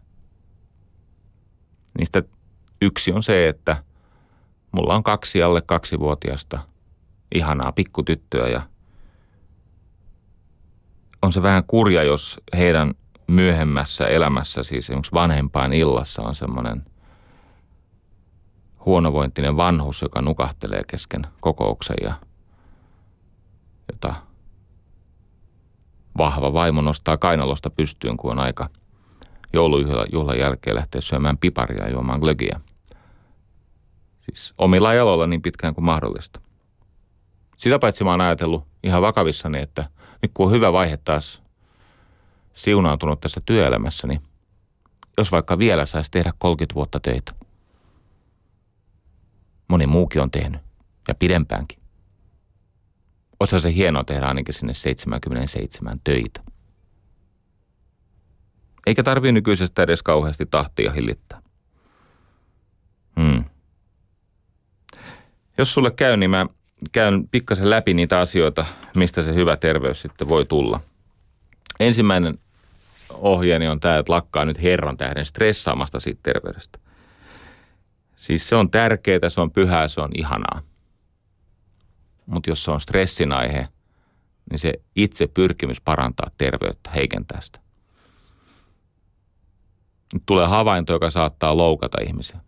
Niistä yksi on se, että mulla on 2 alle 2-vuotiaista ihanaa pikkutyttöä ja on se vähän kurja, jos heidän myöhemmässä elämässä, siis esimerkiksi vanhempaan illassa on semmoinen huonovointinen vanhus, joka nukahtelee kesken kokouksen ja jota vahva vaimo nostaa kainalosta pystyyn, kun on aika joulujuhlan jälkeen lähteä syömään piparia ja juomaan glögiä. Siis omilla jaloilla niin pitkään kuin mahdollista. Sitä paitsi mä oon ajatellut ihan vakavissani, että nyt kun on hyvä vaihe taas siunaantunut tässä työelämässä, niin jos vaikka vielä saisi tehdä 30 vuotta töitä. Moni muukin on tehnyt ja pidempäänkin. Osa se hienoa tehdä ainakin sinne 77 töitä. Eikä tarvii nykyisestä edes kauheasti tahtia hillittää. Jos sulle käy, niin mä käyn pikkasen läpi niitä asioita, mistä se hyvä terveys sitten voi tulla. Ensimmäinen ohjeeni on tämä, että lakkaa nyt Herran tähden stressaamasta siitä terveydestä. Siis se on tärkeää, se on pyhää, se on ihanaa. Mutta jos se on stressin aihe, niin se itse pyrkimys parantaa terveyttä heikentää sitä. Nyt tulee havainto, joka saattaa loukata ihmisiä.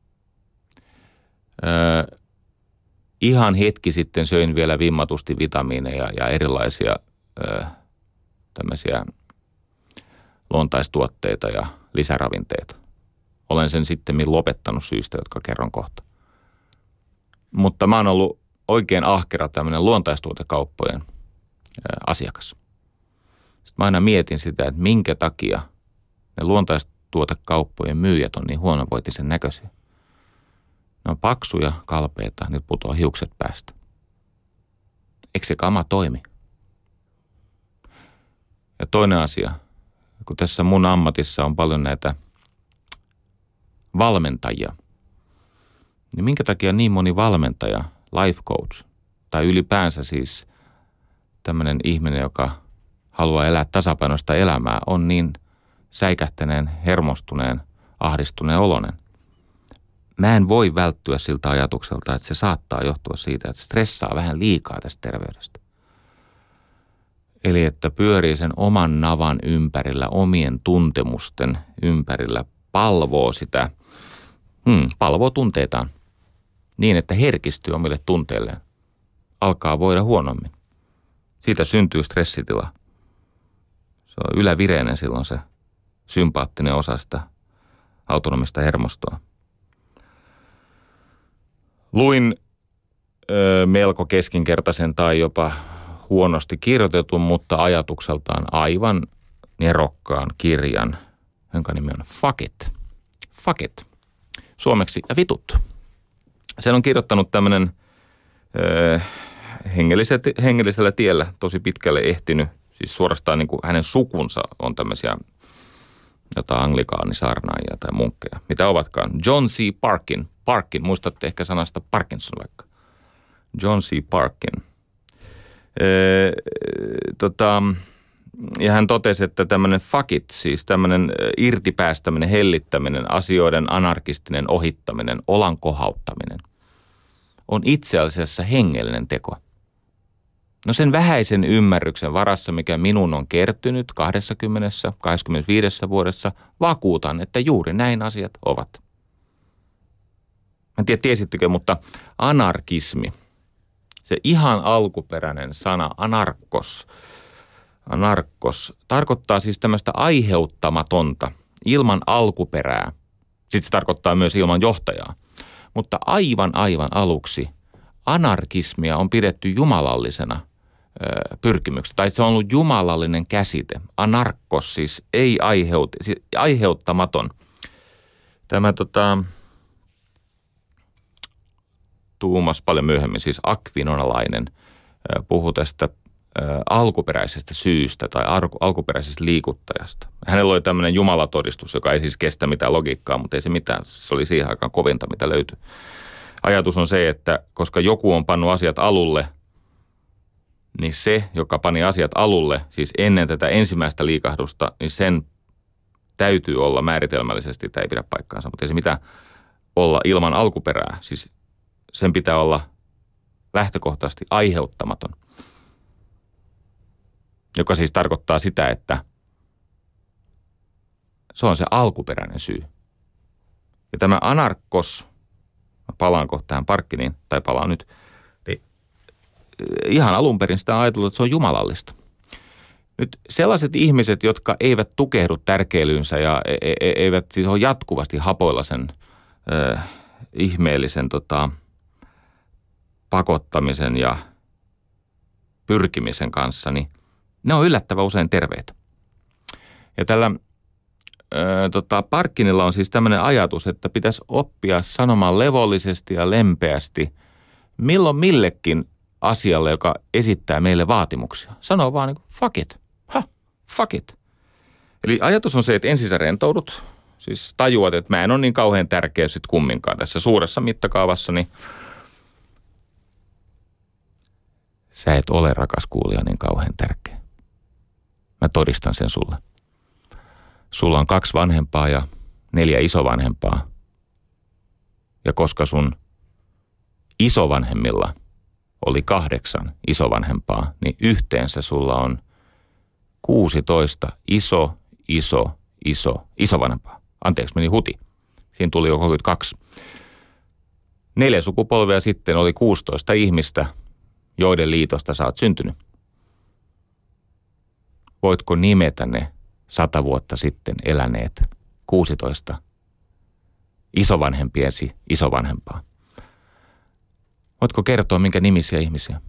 Ihan hetki sitten söin vielä vimmatusti vitamiineja ja erilaisia tämmöisiä luontaistuotteita ja lisäravinteita. Olen sen sittemmin lopettanut syistä, jotka kerron kohta. Mutta mä oon ollut oikein ahkera tämmöinen luontaistuotekauppojen asiakas. Sitten mä aina mietin sitä, että minkä takia ne luontaistuotekauppojen myyjät on niin huonovointisen näköisiä. Ne on paksuja, kalpeita, niitä putoaa hiukset päästä. Eikö se kama toimi? Ja toinen asia, kun tässä mun ammatissa on paljon näitä valmentajia, niin minkä takia niin moni valmentaja, life coach, tai ylipäänsä siis tämmöinen ihminen, joka haluaa elää tasapainoista elämää, on niin säikähtäneen, hermostuneen, ahdistuneen oloinen. Mä en voi välttyä siltä ajatukselta, että se saattaa johtua siitä, että stressaa vähän liikaa tästä terveydestä. Eli että pyörii sen oman navan ympärillä, omien tuntemusten ympärillä, palvoo sitä, palvoo tunteitaan niin, että herkistyy omille tunteilleen. Alkaa voida huonommin. Siitä syntyy stressitila. Se on ylävireinen silloin se sympaattinen osa sitä autonomista hermostoa. Luin melko keskinkertaisen tai jopa huonosti kirjoitetun, mutta ajatukseltaan aivan nerokkaan kirjan, jonka nimi on Fuck It. Fuck It. Suomeksi ja vitut. Sen on kirjoittanut tämmöinen hengellisellä tiellä tosi pitkälle ehtinyt, siis suorastaan niin kuin hänen sukunsa on tämmöisiä jotain anglikaanisaarnaajia tai munkkeja. Mitä ovatkaan? John C. Parkin, muistatte ehkä sanasta Parkinson vaikka. John C. Parkin. Ja hän totesi, että tämmöinen fuck it, siis tämmöinen irtipäästäminen, hellittäminen, asioiden anarkistinen ohittaminen, olan kohauttaminen, on itse asiassa hengellinen teko. No sen vähäisen ymmärryksen varassa, mikä minun on kertynyt 20-25 vuodessa, vakuutan, että juuri näin asiat ovat. En tiedä, tiesittekö, mutta anarkismi, se ihan alkuperäinen sana anarkos, tarkoittaa siis tämmöistä aiheuttamatonta, ilman alkuperää. Sitten se tarkoittaa myös ilman johtajaa. Mutta aivan aluksi anarkismia on pidetty jumalallisena pyrkimyksenä, tai se on ollut jumalallinen käsite. Anarkos siis siis aiheuttamaton. Tämä Tuumas paljon myöhemmin, siis akvinonalainen, puhui tästä alkuperäisestä syystä tai alkuperäisestä liikuttajasta. Hänellä oli tämmöinen jumalatodistus, joka ei siis kestä mitään logiikkaa, mutta ei se mitään. Se oli siihen aikaan kovinta, mitä löytyi. Ajatus on se, että koska joku on pannut asiat alulle, niin se, joka pani asiat alulle, siis ennen tätä ensimmäistä liikahdusta, niin sen täytyy olla määritelmällisesti, tämä ei pidä paikkaansa, mutta ei se mitään olla ilman alkuperää. Siis sen pitää olla lähtökohtaisesti aiheuttamaton, joka siis tarkoittaa sitä, että se on se alkuperäinen syy. Ja tämä anarkos, palaan kohta tähän Parkkiniin, tai palaan nyt, niin ihan alun perin sitä on ajatellut, että se on jumalallista. Nyt sellaiset ihmiset, jotka eivät tukehdu tärkeilyynsä ja eivät siis ole jatkuvasti hapoilla sen ihmeellisen pakottamisen ja pyrkimisen kanssa, niin ne on yllättävän usein terveitä. Ja tällä Parkkinilla on siis tämmöinen ajatus, että pitäisi oppia sanomaan levollisesti ja lempeästi milloin millekin asialle, joka esittää meille vaatimuksia. Sanoo vaan niin kuin fuck it. Fuck it. Eli ajatus on se, että ensin sä rentoudut, siis tajuat, että mä en ole niin kauhean tärkeä sit kumminkaan tässä suuressa mittakaavassa, niin sä et ole, rakas kuulija, niin kauhean tärkeä. Mä todistan sen sulle. Sulla on 2 vanhempaa ja 4 isovanhempaa. Ja koska sun isovanhemmilla oli 8 isovanhempaa, niin yhteensä sulla on 16 isovanhempaa. Anteeksi, meni huti. Siinä tuli jo 32. 4 sukupolvea sitten oli 16 ihmistä, joiden liitosta sä oot syntynyt. Voitko nimetä ne 100 vuotta sitten eläneet 16 isovanhempiesi isovanhempaa? Voitko kertoa, minkä nimisiä ihmisiä?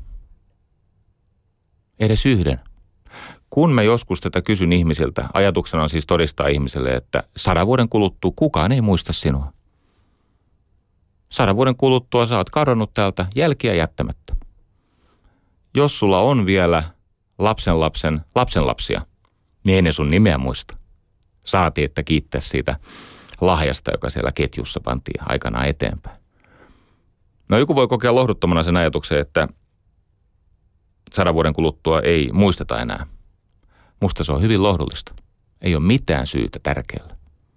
Edes yhden. Kun mä joskus tätä kysyn ihmisiltä, ajatuksena on siis todistaa ihmiselle, että 100 vuoden kuluttua kukaan ei muista sinua. 100 vuoden kuluttua sä oot kadonnut täältä jälkiä jättämättä. Jos sulla on vielä lapsenlapsia, niin ei ne sun nimeä muista. Saatiin, että kiittää siitä lahjasta, joka siellä ketjussa pantiin aikanaan eteenpäin. No joku voi kokea lohduttomana sen ajatuksen, että 100 vuoden kuluttua ei muisteta enää. Musta se on hyvin lohdullista. Ei ole mitään syytä tärkeällä.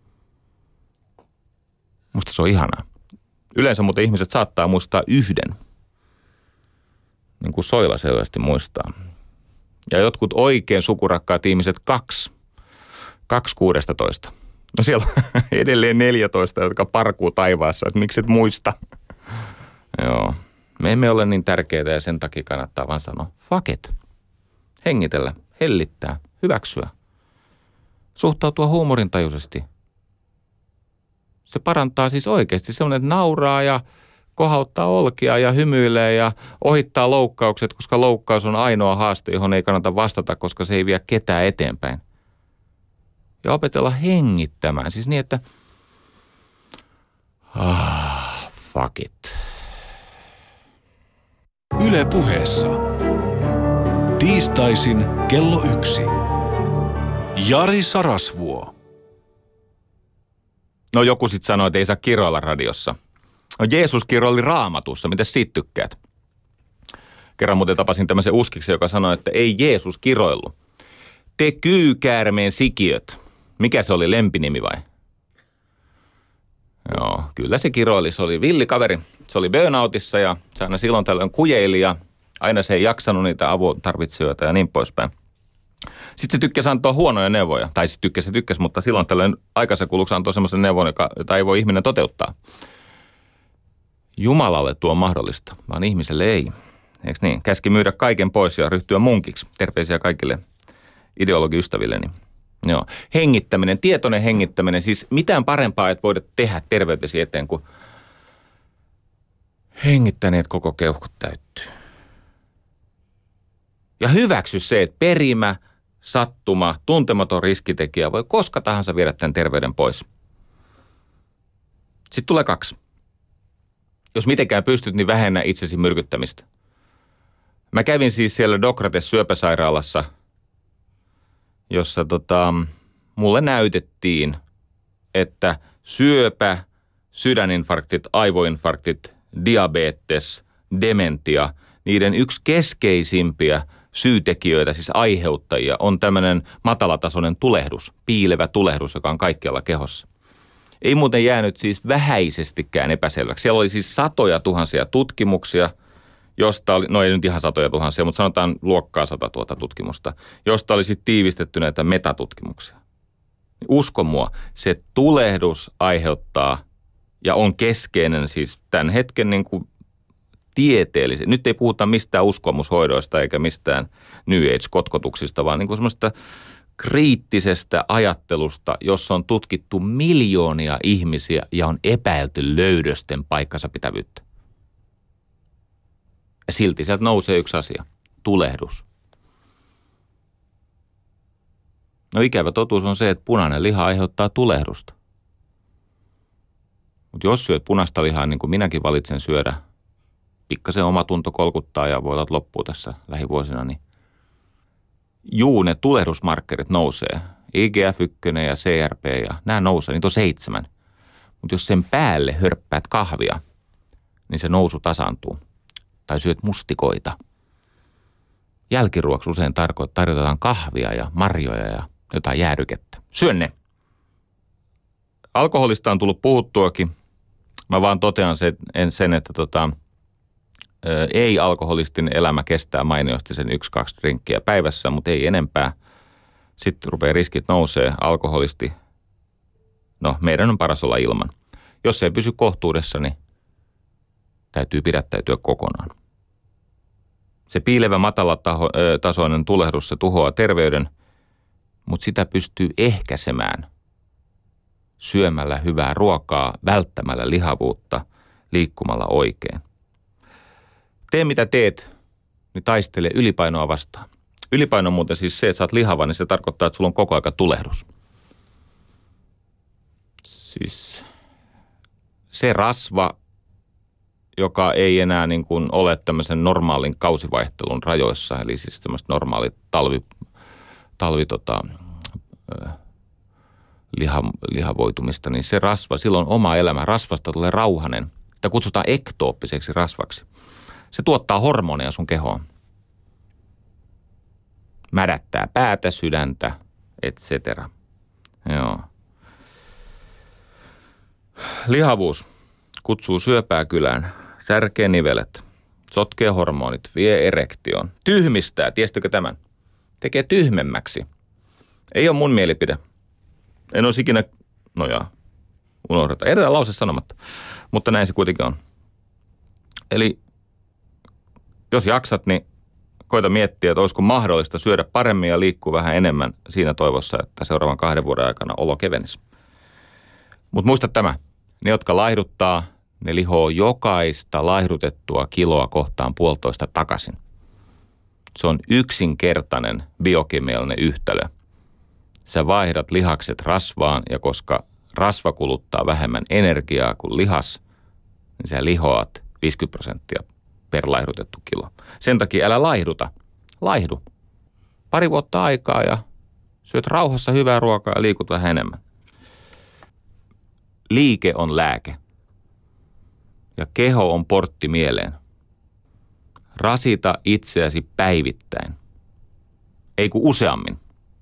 Musta se on ihanaa. Yleensä muuten ihmiset saattaa muistaa yhden. Niin kuin Soila selvästi muistaa. Ja jotkut oikein sukurakkaat ihmiset 2 16. No siellä on edelleen 14, jotka parkuu taivaassa, että miksi et muista. Joo. Me emme ole niin tärkeitä ja sen takia kannattaa vaan sanoa fuck it. Hengitellä, hellittää, hyväksyä. Suhtautua huumorintajuisesti. Se parantaa siis oikeasti semmoinen, että nauraa ja kohauttaa olkia ja hymyilee ja ohittaa loukkaukset, koska loukkaus on ainoa haaste, johon ei kannata vastata, koska se ei vie ketään eteenpäin. Ja opetella hengittämään. Siis niin, että fuck it. Yle Puheessa. Tiistaisin kello 1. Jari Sarasvuo. No joku sitten sanoi, että ei saa kiroilla radiossa. No Jeesus kiroili Raamatussa, mitä siitä tykkäät? Kerran muuten tapasin tämmöisen uskiksen, joka sanoi, että ei Jeesus kiroillut. Te kyykäärmeen sikiöt. Mikä se oli, lempinimi vai? Joo, kyllä se kiroili. Se oli villikaveri. Se oli burnoutissa ja se aina silloin tällöin kujeili ja Aina se ei jaksanut niitä avun tarvitsijoita ja niin poispäin. Sitten se tykkäsi antaa huonoja neuvoja. Tai siis tykkäsi, mutta silloin tällöin aikansa kuluksi antoi semmoisen neuvon, jota ei voi ihminen toteuttaa. Jumalalle tuo on mahdollista, vaan ihmiselle ei. Eikö niin? Käski myydä kaiken pois ja ryhtyä munkiksi. Terveisiä kaikille ideologiystävilleni. Joo. Hengittäminen, tietoinen hengittäminen. Siis mitään parempaa et voida tehdä terveytesi eteen, kuin hengittäneet koko keuhkot täyttyy. Ja hyväksy se, että perimä, sattuma, tuntematon riskitekijä voi koska tahansa viedä tämän terveyden pois. Sitten tulee 2. Jos mitenkään pystyt, niin vähennä itsesi myrkyttämistä. Mä kävin siis siellä Dokrates syöpäsairaalassa, jossa mulle näytettiin, että syöpä, sydäninfarktit, aivoinfarktit, diabetes, dementia, niiden yksi keskeisimpiä syytekijöitä, siis aiheuttajia, on tämmöinen matalatasoinen tulehdus, piilevä tulehdus, joka on kaikkialla kehossa. Ei muuten jäänyt siis vähäisestikään epäselväksi. Siellä oli siis satoja tuhansia tutkimuksia, josta oli, no ei nyt ihan satoja tuhansia, mutta sanotaan luokkaa 100 000 tutkimusta, josta oli sitten tiivistetty näitä metatutkimuksia. Usko mua, se tulehdus aiheuttaa ja on keskeinen siis tämän hetken niin kuin tieteellisen. Nyt ei puhuta mistään uskomushoidoista eikä mistään New Age-kotkotuksista, vaan niin kuin semmoista kriittisestä ajattelusta, jossa on tutkittu miljoonia ihmisiä ja on epäilty löydösten paikkansa pitävyyttä. Ja silti sieltä nousee yksi asia, tulehdus. No ikävä totuus on se, että punainen liha aiheuttaa tulehdusta. Mutta jos syöt punaista lihaa, niin kuin minäkin valitsen syödä, pikkasen omatunto kolkuttaa ja voi olla loppuu tässä lähivuosina, niin ne tulehdusmarkkerit nousee. IGF-1 ja CRP ja nämä nousee, niitä on 7. Mutta jos sen päälle hörppäät kahvia, niin se nousu tasaantuu. Tai syöt mustikoita. Jälkiruoksi usein tarjotaan kahvia ja marjoja ja jotain jäädykettä. Syö ne. Alkoholista on tullut puhuttuakin. Mä vaan totean sen, että ei-alkoholistin elämä kestää mainiosti sen 1-2 drinkkiä päivässä, mutta ei enempää. Sitten rupeaa riskit nousee. Alkoholisti, no meidän on paras olla ilman. Jos se ei pysy kohtuudessa, niin täytyy pidättäytyä kokonaan. Se piilevä matalatasoinen tulehdus, se tuhoaa terveyden, mutta sitä pystyy ehkäisemään syömällä hyvää ruokaa, välttämällä lihavuutta, liikkumalla oikein. Tee mitä teet, niin taistele ylipainoa vastaan. Ylipaino on muuten siis se, että sä oot lihava, niin se tarkoittaa, että sulla on koko aika tulehdus. Siis se rasva, joka ei enää niin kuin ole tämmöisen normaalin kausivaihtelun rajoissa, eli siis tämmöistä normaalit lihavoitumista, niin se rasva, silloin oma elämä, rasvasta tulee rauhanen. Sitä kutsutaan ektooppiseksi rasvaksi. Se tuottaa hormoneja sun kehoon. Mädättää päätä, sydäntä, etc. Joo. Lihavuus kutsuu syöpää kylään, särkee nivelet, sotkee hormonit, vie erektioon, tyhmistää, tiesittekö tämän? Tekee tyhmemmäksi. Ei ole mun mielipide. En olisi ikinä, unohdeta. Edellä lause sanomatta, mutta näin se kuitenkin on. Eli jos jaksat, niin koita miettiä, että olisiko mahdollista syödä paremmin ja liikkua vähän enemmän siinä toivossa, että seuraavan 2 vuoden aikana olo kevenisi. Mutta muista tämä, ne jotka laihduttaa, ne lihoo jokaista laihdutettua kiloa kohtaan 1,5 takaisin. Se on yksinkertainen biokemiallinen yhtälö. Sä vaihdat lihakset rasvaan ja koska rasva kuluttaa vähemmän energiaa kuin lihas, niin sä lihoat 50% per laihdutettu kilo. Sen takia älä laihduta. Laihdu. 2 vuotta aikaa ja syöt rauhassa hyvää ruokaa ja liikut vähän enemmän. Liike on lääke. Ja keho on portti mieleen. Rasita itseäsi päivittäin. Ei kun useammin.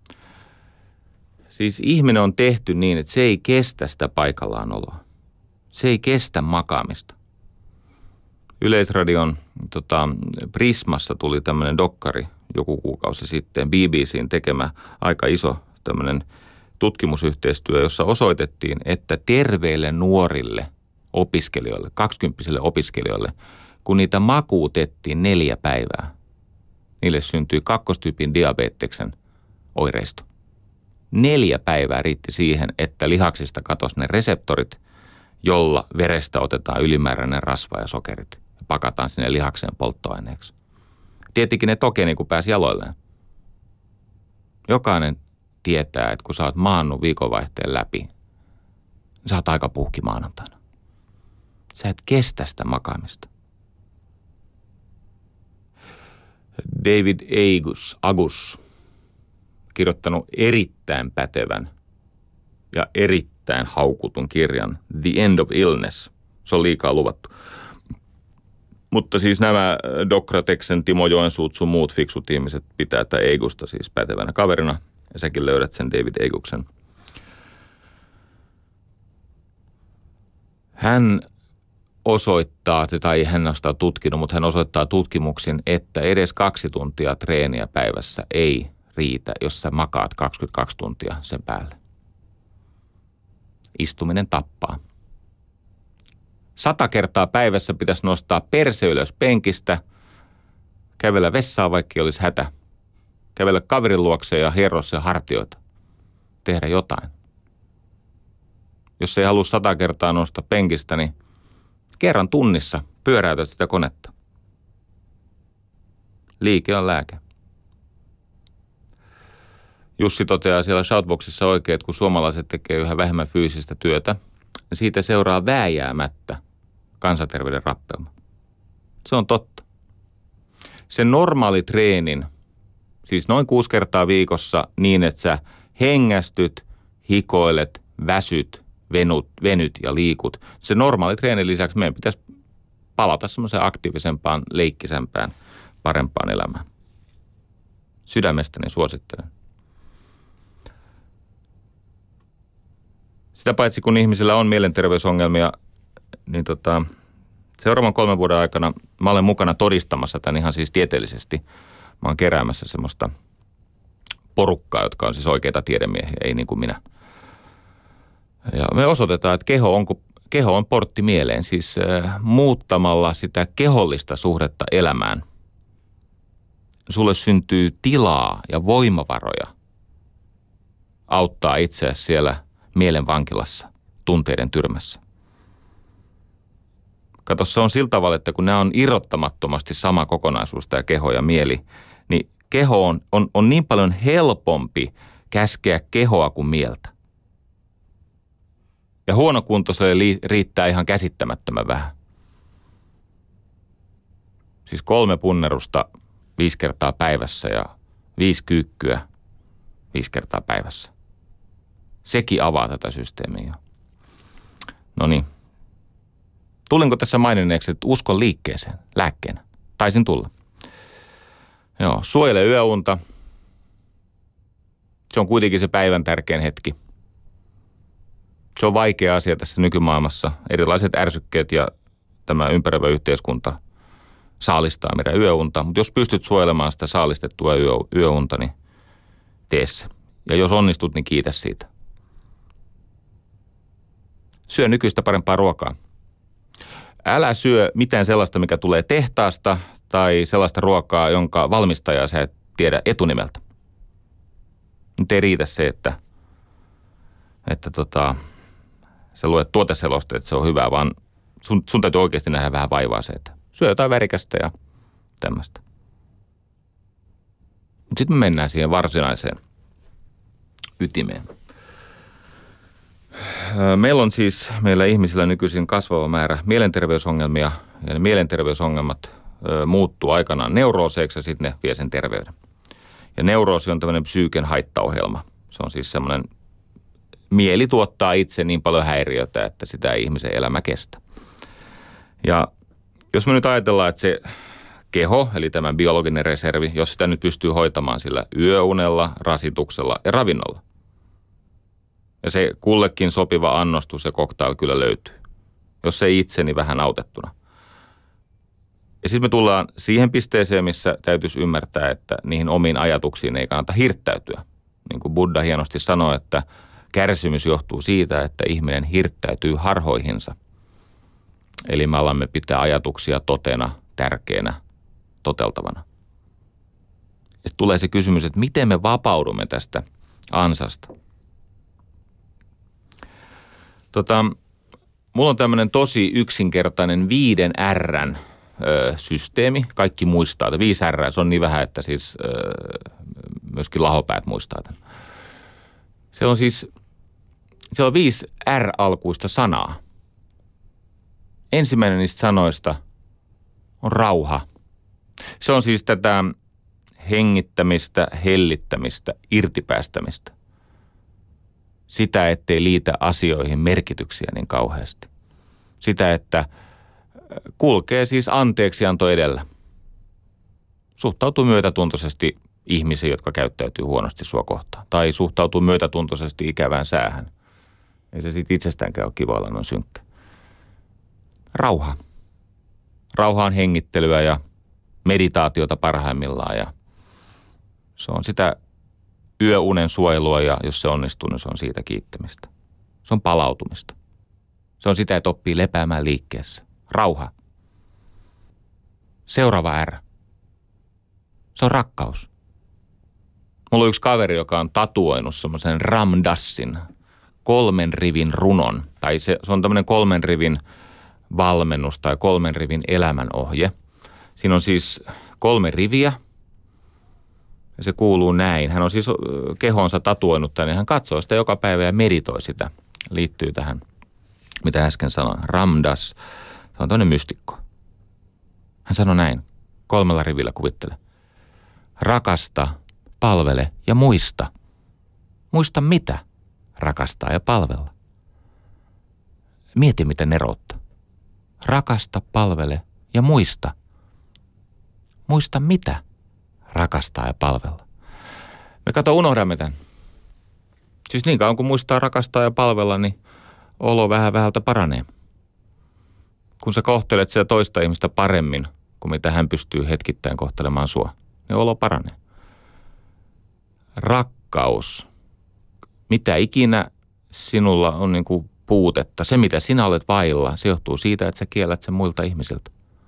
Siis ihminen on tehty niin, että se ei kestä sitä paikallaan oloa. Se ei kestä makaamista. Yleisradion Prismassa tuli tämmöinen dokkari joku kuukausi sitten, BBC:n tekemä aika iso tämmöinen tutkimusyhteistyö, jossa osoitettiin, että terveille nuorille opiskelijoille, 20-vuotiaille opiskelijoille, kun niitä makuutettiin 4 päivää, niille syntyi kakkostyypin diabeteksen oireisto. 4 päivää riitti siihen, että lihaksista katosi ne reseptorit, jolla verestä otetaan ylimääräinen rasva ja sokerit ja pakataan sinne lihakseen polttoaineeksi. Tietenkin ne tokeni, kun pääsi jaloilleen. Jokainen tietää, että kun sä oot maannut viikonvaihteen läpi, niin sä oot aika puhki maanantaina. Sä et kestä sitä makaamista. David Agus kirjoittanut erittäin pätevän ja erittäin haukutun kirjan The End of Illness. Se on liikaa luvattu. Mutta siis nämä Dokrateksen, Timo Joensuut sun muut fiksut ihmiset pitää tätä Agusta siis pätevänä kaverina. Ja säkin löydät sen David Aguksen. Hän osoittaa, tai hän on sitä tutkinut, mutta hän osoittaa tutkimuksin, että edes 2 tuntia treeniä päivässä ei riitä, jos sä makaat 22 tuntia sen päälle. Istuminen tappaa. 100 kertaa päivässä pitäisi nostaa perse ylös penkistä, kävellä vessaan, vaikka olisi hätä, kävellä kaverin luokse ja hieroa sen hartioita, tehdä jotain. Jos ei halua 100 kertaa nostaa penkistä, niin kerran tunnissa pyöräytät sitä konetta. Liike on lääke. Jussi toteaa siellä Shoutboxissa oikein, että kun suomalaiset tekee yhä vähemmän fyysistä työtä, siitä seuraa vääjäämättä kansanterveyden rappeuma. Se on totta. Sen normaali treenin, siis noin 6 kertaa viikossa niin, että sä hengästyt, hikoilet, väsyt, venyt ja liikut. Se normaali treenin lisäksi meidän pitäisi palata semmoiseen aktiivisempaan, leikkisempään, parempaan elämään. Sydämestäni suosittelen. Sitä paitsi kun ihmisillä on mielenterveysongelmia, niin seuraavan 3 vuoden aikana mä olen mukana todistamassa tämän ihan siis tieteellisesti. Mä oon keräämässä semmoista porukkaa, jotka on siis oikeita tiedemiehiä, ei niin kuin minä. Ja me osoitetaan, että keho on portti mieleen, siis muuttamalla sitä kehollista suhdetta elämään. Sulle syntyy tilaa ja voimavaroja auttaa itseäsi siellä mielen vankilassa, tunteiden tyrmässä. Kato, se on sillä tavalla, että kun nämä on irrottamattomasti sama kokonaisuus, tämä keho ja mieli, niin keho on niin paljon helpompi käskeä kehoa kuin mieltä. Ja huonokuntoiselle riittää ihan käsittämättömän vähän. Siis 3 punnerusta 5 kertaa päivässä ja 5 kyykkyä 5 kertaa päivässä. Sekin avaa tätä systeemiä. No niin. Tulinko tässä maininneeksi, että uskon liikkeeseen lääkkeenä? Taisin tulla. Joo, suojele yöunta. Se on kuitenkin se päivän tärkein hetki. Se on vaikea asia tässä nykymaailmassa. Erilaiset ärsykkeet ja tämä ympäröivä yhteiskunta saalistaa meidän yöunta. Mutta jos pystyt suojelemaan sitä saalistettua yöunta, niin tee se. Ja jos onnistut, niin kiitä siitä. Syö nykyistä parempaa ruokaa. Älä syö mitään sellaista, mikä tulee tehtaasta tai sellaista ruokaa, jonka valmistajaa sä et tiedä etunimeltä. Nyt ei riitä se, että sä luet tuoteselosta, että se on hyvä, vaan sun täytyy oikeasti nähdä vähän vaivaa se, että syö jotain värikästä ja tämmöistä. Sitten me mennään siihen varsinaiseen ytimeen. Meillä ihmisillä nykyisin kasvava määrä mielenterveysongelmia, ja ne mielenterveysongelmat muuttuu aikanaan neurooseiksi ja sitten ne vie sen terveyden. Ja neuroosi on tämmöinen psyyken haittaohjelma. Se on siis semmoinen, mieli tuottaa itse niin paljon häiriötä, että sitä ei ihmisen elämä kestä. Ja jos me nyt ajatellaan, että se keho, eli tämä biologinen reservi, jos sitä nyt pystyy hoitamaan sillä yöunella, rasituksella ja ravinnolla, ja se kullekin sopiva annostus ja cocktail kyllä löytyy. Jos ei itse, niin vähän autettuna. Ja sitten me tullaan siihen pisteeseen, missä täytyisi ymmärtää, että niihin omiin ajatuksiin ei kannata hirttäytyä. Niin kuin Buddha hienosti sanoi, että kärsimys johtuu siitä, että ihminen hirttäytyy harhoihinsa. Eli me alamme pitää ajatuksia totena, tärkeänä, toteltavana. Ja sitten tulee se kysymys, että miten me vapaudumme tästä ansasta. Mulla on tämmöinen tosi yksinkertainen 5 R:n systeemi. Kaikki muistaa, että 5 R, se on niin vähän, että siis myöskin lahopäät muistaa tämän. Siellä on 5 R-alkuista sanaa. Ensimmäinen niistä sanoista on rauha. Se on siis tätä hengittämistä, hellittämistä, irtipäästämistä. Sitä, ettei liitä asioihin merkityksiä niin kauheasti. Sitä, että kulkee siis anteeksianto edellä. Suhtautuu myötätuntoisesti ihmisiin, jotka käyttäytyy huonosti sua kohtaan. Tai suhtautuu myötätuntoisesti ikävään säähän. Ei se siitä itsestäänkään ole kiva olla noin synkkä. Rauha. Rauha on hengittelyä ja meditaatiota parhaimmillaan ja se on sitä yöunen suojelua ja jos se onnistuu, niin se on siitä kiittämistä. Se on palautumista. Se on sitä, että oppii lepäämään liikkeessä. Rauha. Seuraava R. Se on rakkaus. Mulla on yksi kaveri, joka on tatuoinut semmoisen Ram Dassin 3 rivin runon. Tai se on tämmöinen 3 rivin valmennus tai 3 rivin elämänohje. Siinä on siis 3 riviä. Ja se kuuluu näin. Hän on siis kehonsa tatuoinut tänne. Hän katsoo sitä joka päivä ja meditoi sitä. Liittyy tähän, mitä äsken sanoin. Ram Dass. Se on toinen mystikko. Hän sanoi näin. 3 rivillä kuvittele. Rakasta, palvele ja muista. Muista mitä? Rakastaa ja palvella. Mieti miten eroutta. Rakasta, palvele ja muista. Muista mitä? Rakastaa ja palvella. Me unohdamme tämän. Siis niin kauan kun muistaa rakastaa ja palvella, niin olo vähän vähältä paranee. Kun sä kohtelet sitä toista ihmistä paremmin kuin mitä hän pystyy hetkittäin kohtelemaan sua, niin olo paranee. Rakkaus. Mitä ikinä sinulla on niin kuin puutetta, se mitä sinä olet vailla, se johtuu siitä, että sä kiellät sen muilta ihmisiltä.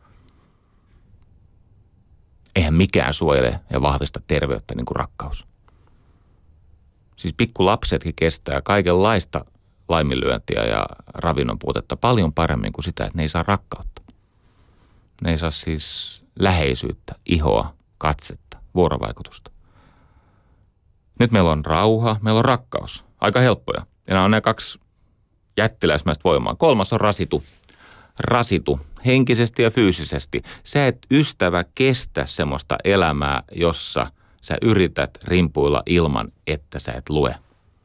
Eihän mikään suojele ja vahvista terveyttä niin kuin rakkaus. Siis pikkulapsetkin kestää kaikenlaista laiminlyöntiä ja ravinnon puutetta paljon paremmin kuin sitä, että ne ei saa rakkautta. Ne ei saa siis läheisyyttä, ihoa, katsetta, vuorovaikutusta. Nyt meillä on rauha, meillä on rakkaus. Aika helppoja. Ja nämä on ne 2 jättiläismäistä voimaa. 3 on rasitu. Rasitu henkisesti ja fyysisesti. Sä et ystävä kestä semmoista elämää, jossa sä yrität rimpuilla ilman, että sä et lue.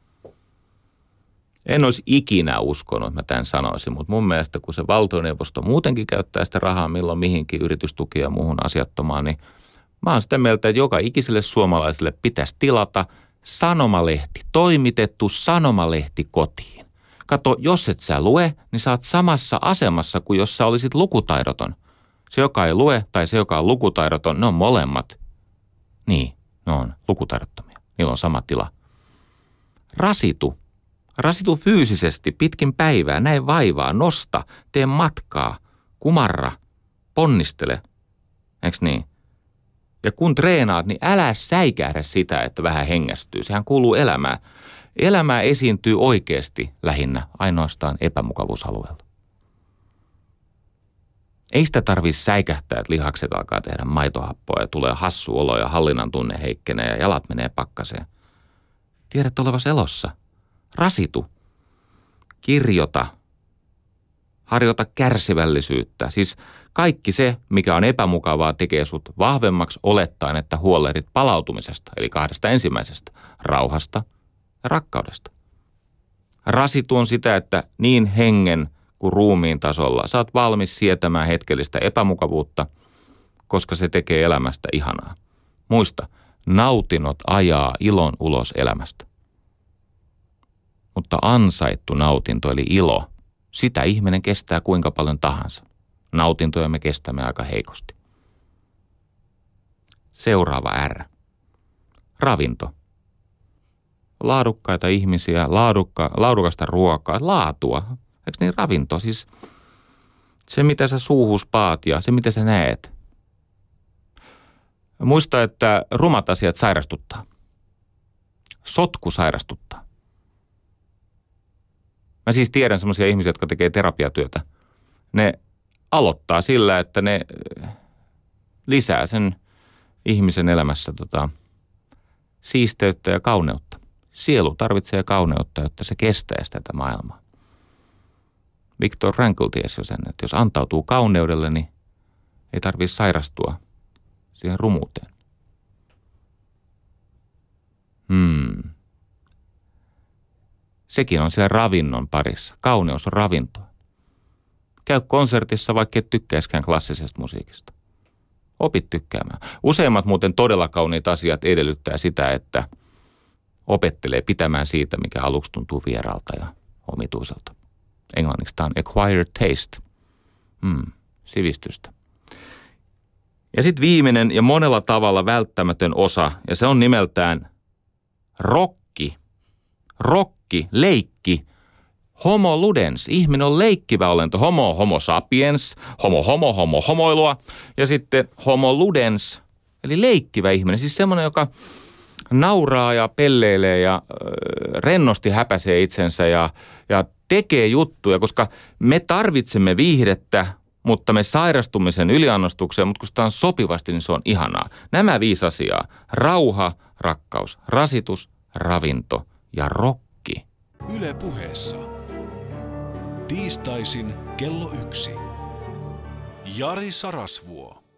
En olisi ikinä uskonut, että mä tämän sanoisin, mutta mun mielestä kun se valtioneuvosto muutenkin käyttää sitä rahaa milloin mihinkin yritystukia ja muuhun asiattomaan, niin mä oon sitä mieltä, että joka ikiselle suomalaiselle pitäisi tilata sanomalehti, toimitettu sanomalehti kotiin. Kato, jos et sä lue, niin sä oot samassa asemassa kuin jos sä olisit lukutaidoton. Se, joka ei lue tai se, joka on lukutaidoton, ne on molemmat. Niin, ne on lukutaidottomia. Niillä on sama tila. Rasitu. Rasitu fyysisesti pitkin päivää, näin vaivaa, nosta, tee matkaa, kumarra, ponnistele. Eiks niin? Ja kun treenaat, niin älä säikähdä sitä, että vähän hengästyy. Sehän kuuluu elämään. Elämää esiintyy oikeasti lähinnä ainoastaan epämukavuusalueella. Ei sitä tarvitse säikähtää, että lihakset alkaa tehdä maitohappoa ja tulee hassu olo ja hallinnan tunne heikkenee ja jalat menee pakkaseen. Tiedät olevasi elossa. Rasitu. Kirjoita. Harjoita kärsivällisyyttä. Siis kaikki se, mikä on epämukavaa, tekee sut vahvemmaksi olettaen, että huolehdit palautumisesta, eli 2 ensimmäisestä, rauhasta ja rakkaudesta. Rasitu on sitä, että niin hengen kuin ruumiin tasolla sä oot valmis sietämään hetkellistä epämukavuutta, koska se tekee elämästä ihanaa. Muista, nautinot ajaa ilon ulos elämästä. Mutta ansaittu nautinto eli ilo, sitä ihminen kestää kuinka paljon tahansa. Nautintoja me kestämme aika heikosti. Seuraava R. Ravinto. Laadukkaita ihmisiä, laadukasta ruokaa, laatua. Eikö niin ravinto? Siis se, mitä sä suuhus paat ja se, mitä sä näet. Muista, että rumat asiat sairastuttaa. Sotku sairastuttaa. Mä siis tiedän semmoisia ihmisiä, jotka tekee terapiatyötä. Ne aloittaa sillä, että ne lisää sen ihmisen elämässä siisteyttä ja kauneutta. Sielu tarvitsee kauneutta, jotta se kestäisi tätä maailmaa. Viktor Frankl tiesi jo sen, että jos antautuu kauneudelle, niin ei tarvitse sairastua siihen rumuuteen. Sekin on siellä ravinnon parissa. Kauneus on ravintoa. Käy konsertissa, vaikka et tykkäiskään klassisesta musiikista. Opit tykkäämään. Useimmat muuten todella kauniit asiat edellyttää sitä, että opettelee pitämään siitä, mikä aluksi tuntuu vieraalta ja omituiselta. Englanniksi tämä on acquired taste. Sivistystä. Ja sitten viimeinen ja monella tavalla välttämätön osa, ja se on nimeltään rokki. Rokki, leikki. Homo ludens, ihminen on leikkivä olento. Homo sapiens, homoilua. Ja sitten homo ludens, eli leikkivä ihminen. Siis semmoinen, joka nauraa ja pelleilee ja rennosti häpäisee itsensä ja tekee juttuja, koska me tarvitsemme viihdettä, mutta me sairastumme sen yliannostukseen, mutta kun sitä on sopivasti, niin se on ihanaa. Nämä 5 asiaa. Rauha, rakkaus, rasitus, ravinto ja rokki. Yle Puheessa. Tiistaisin kello 1. Jari Sarasvuo.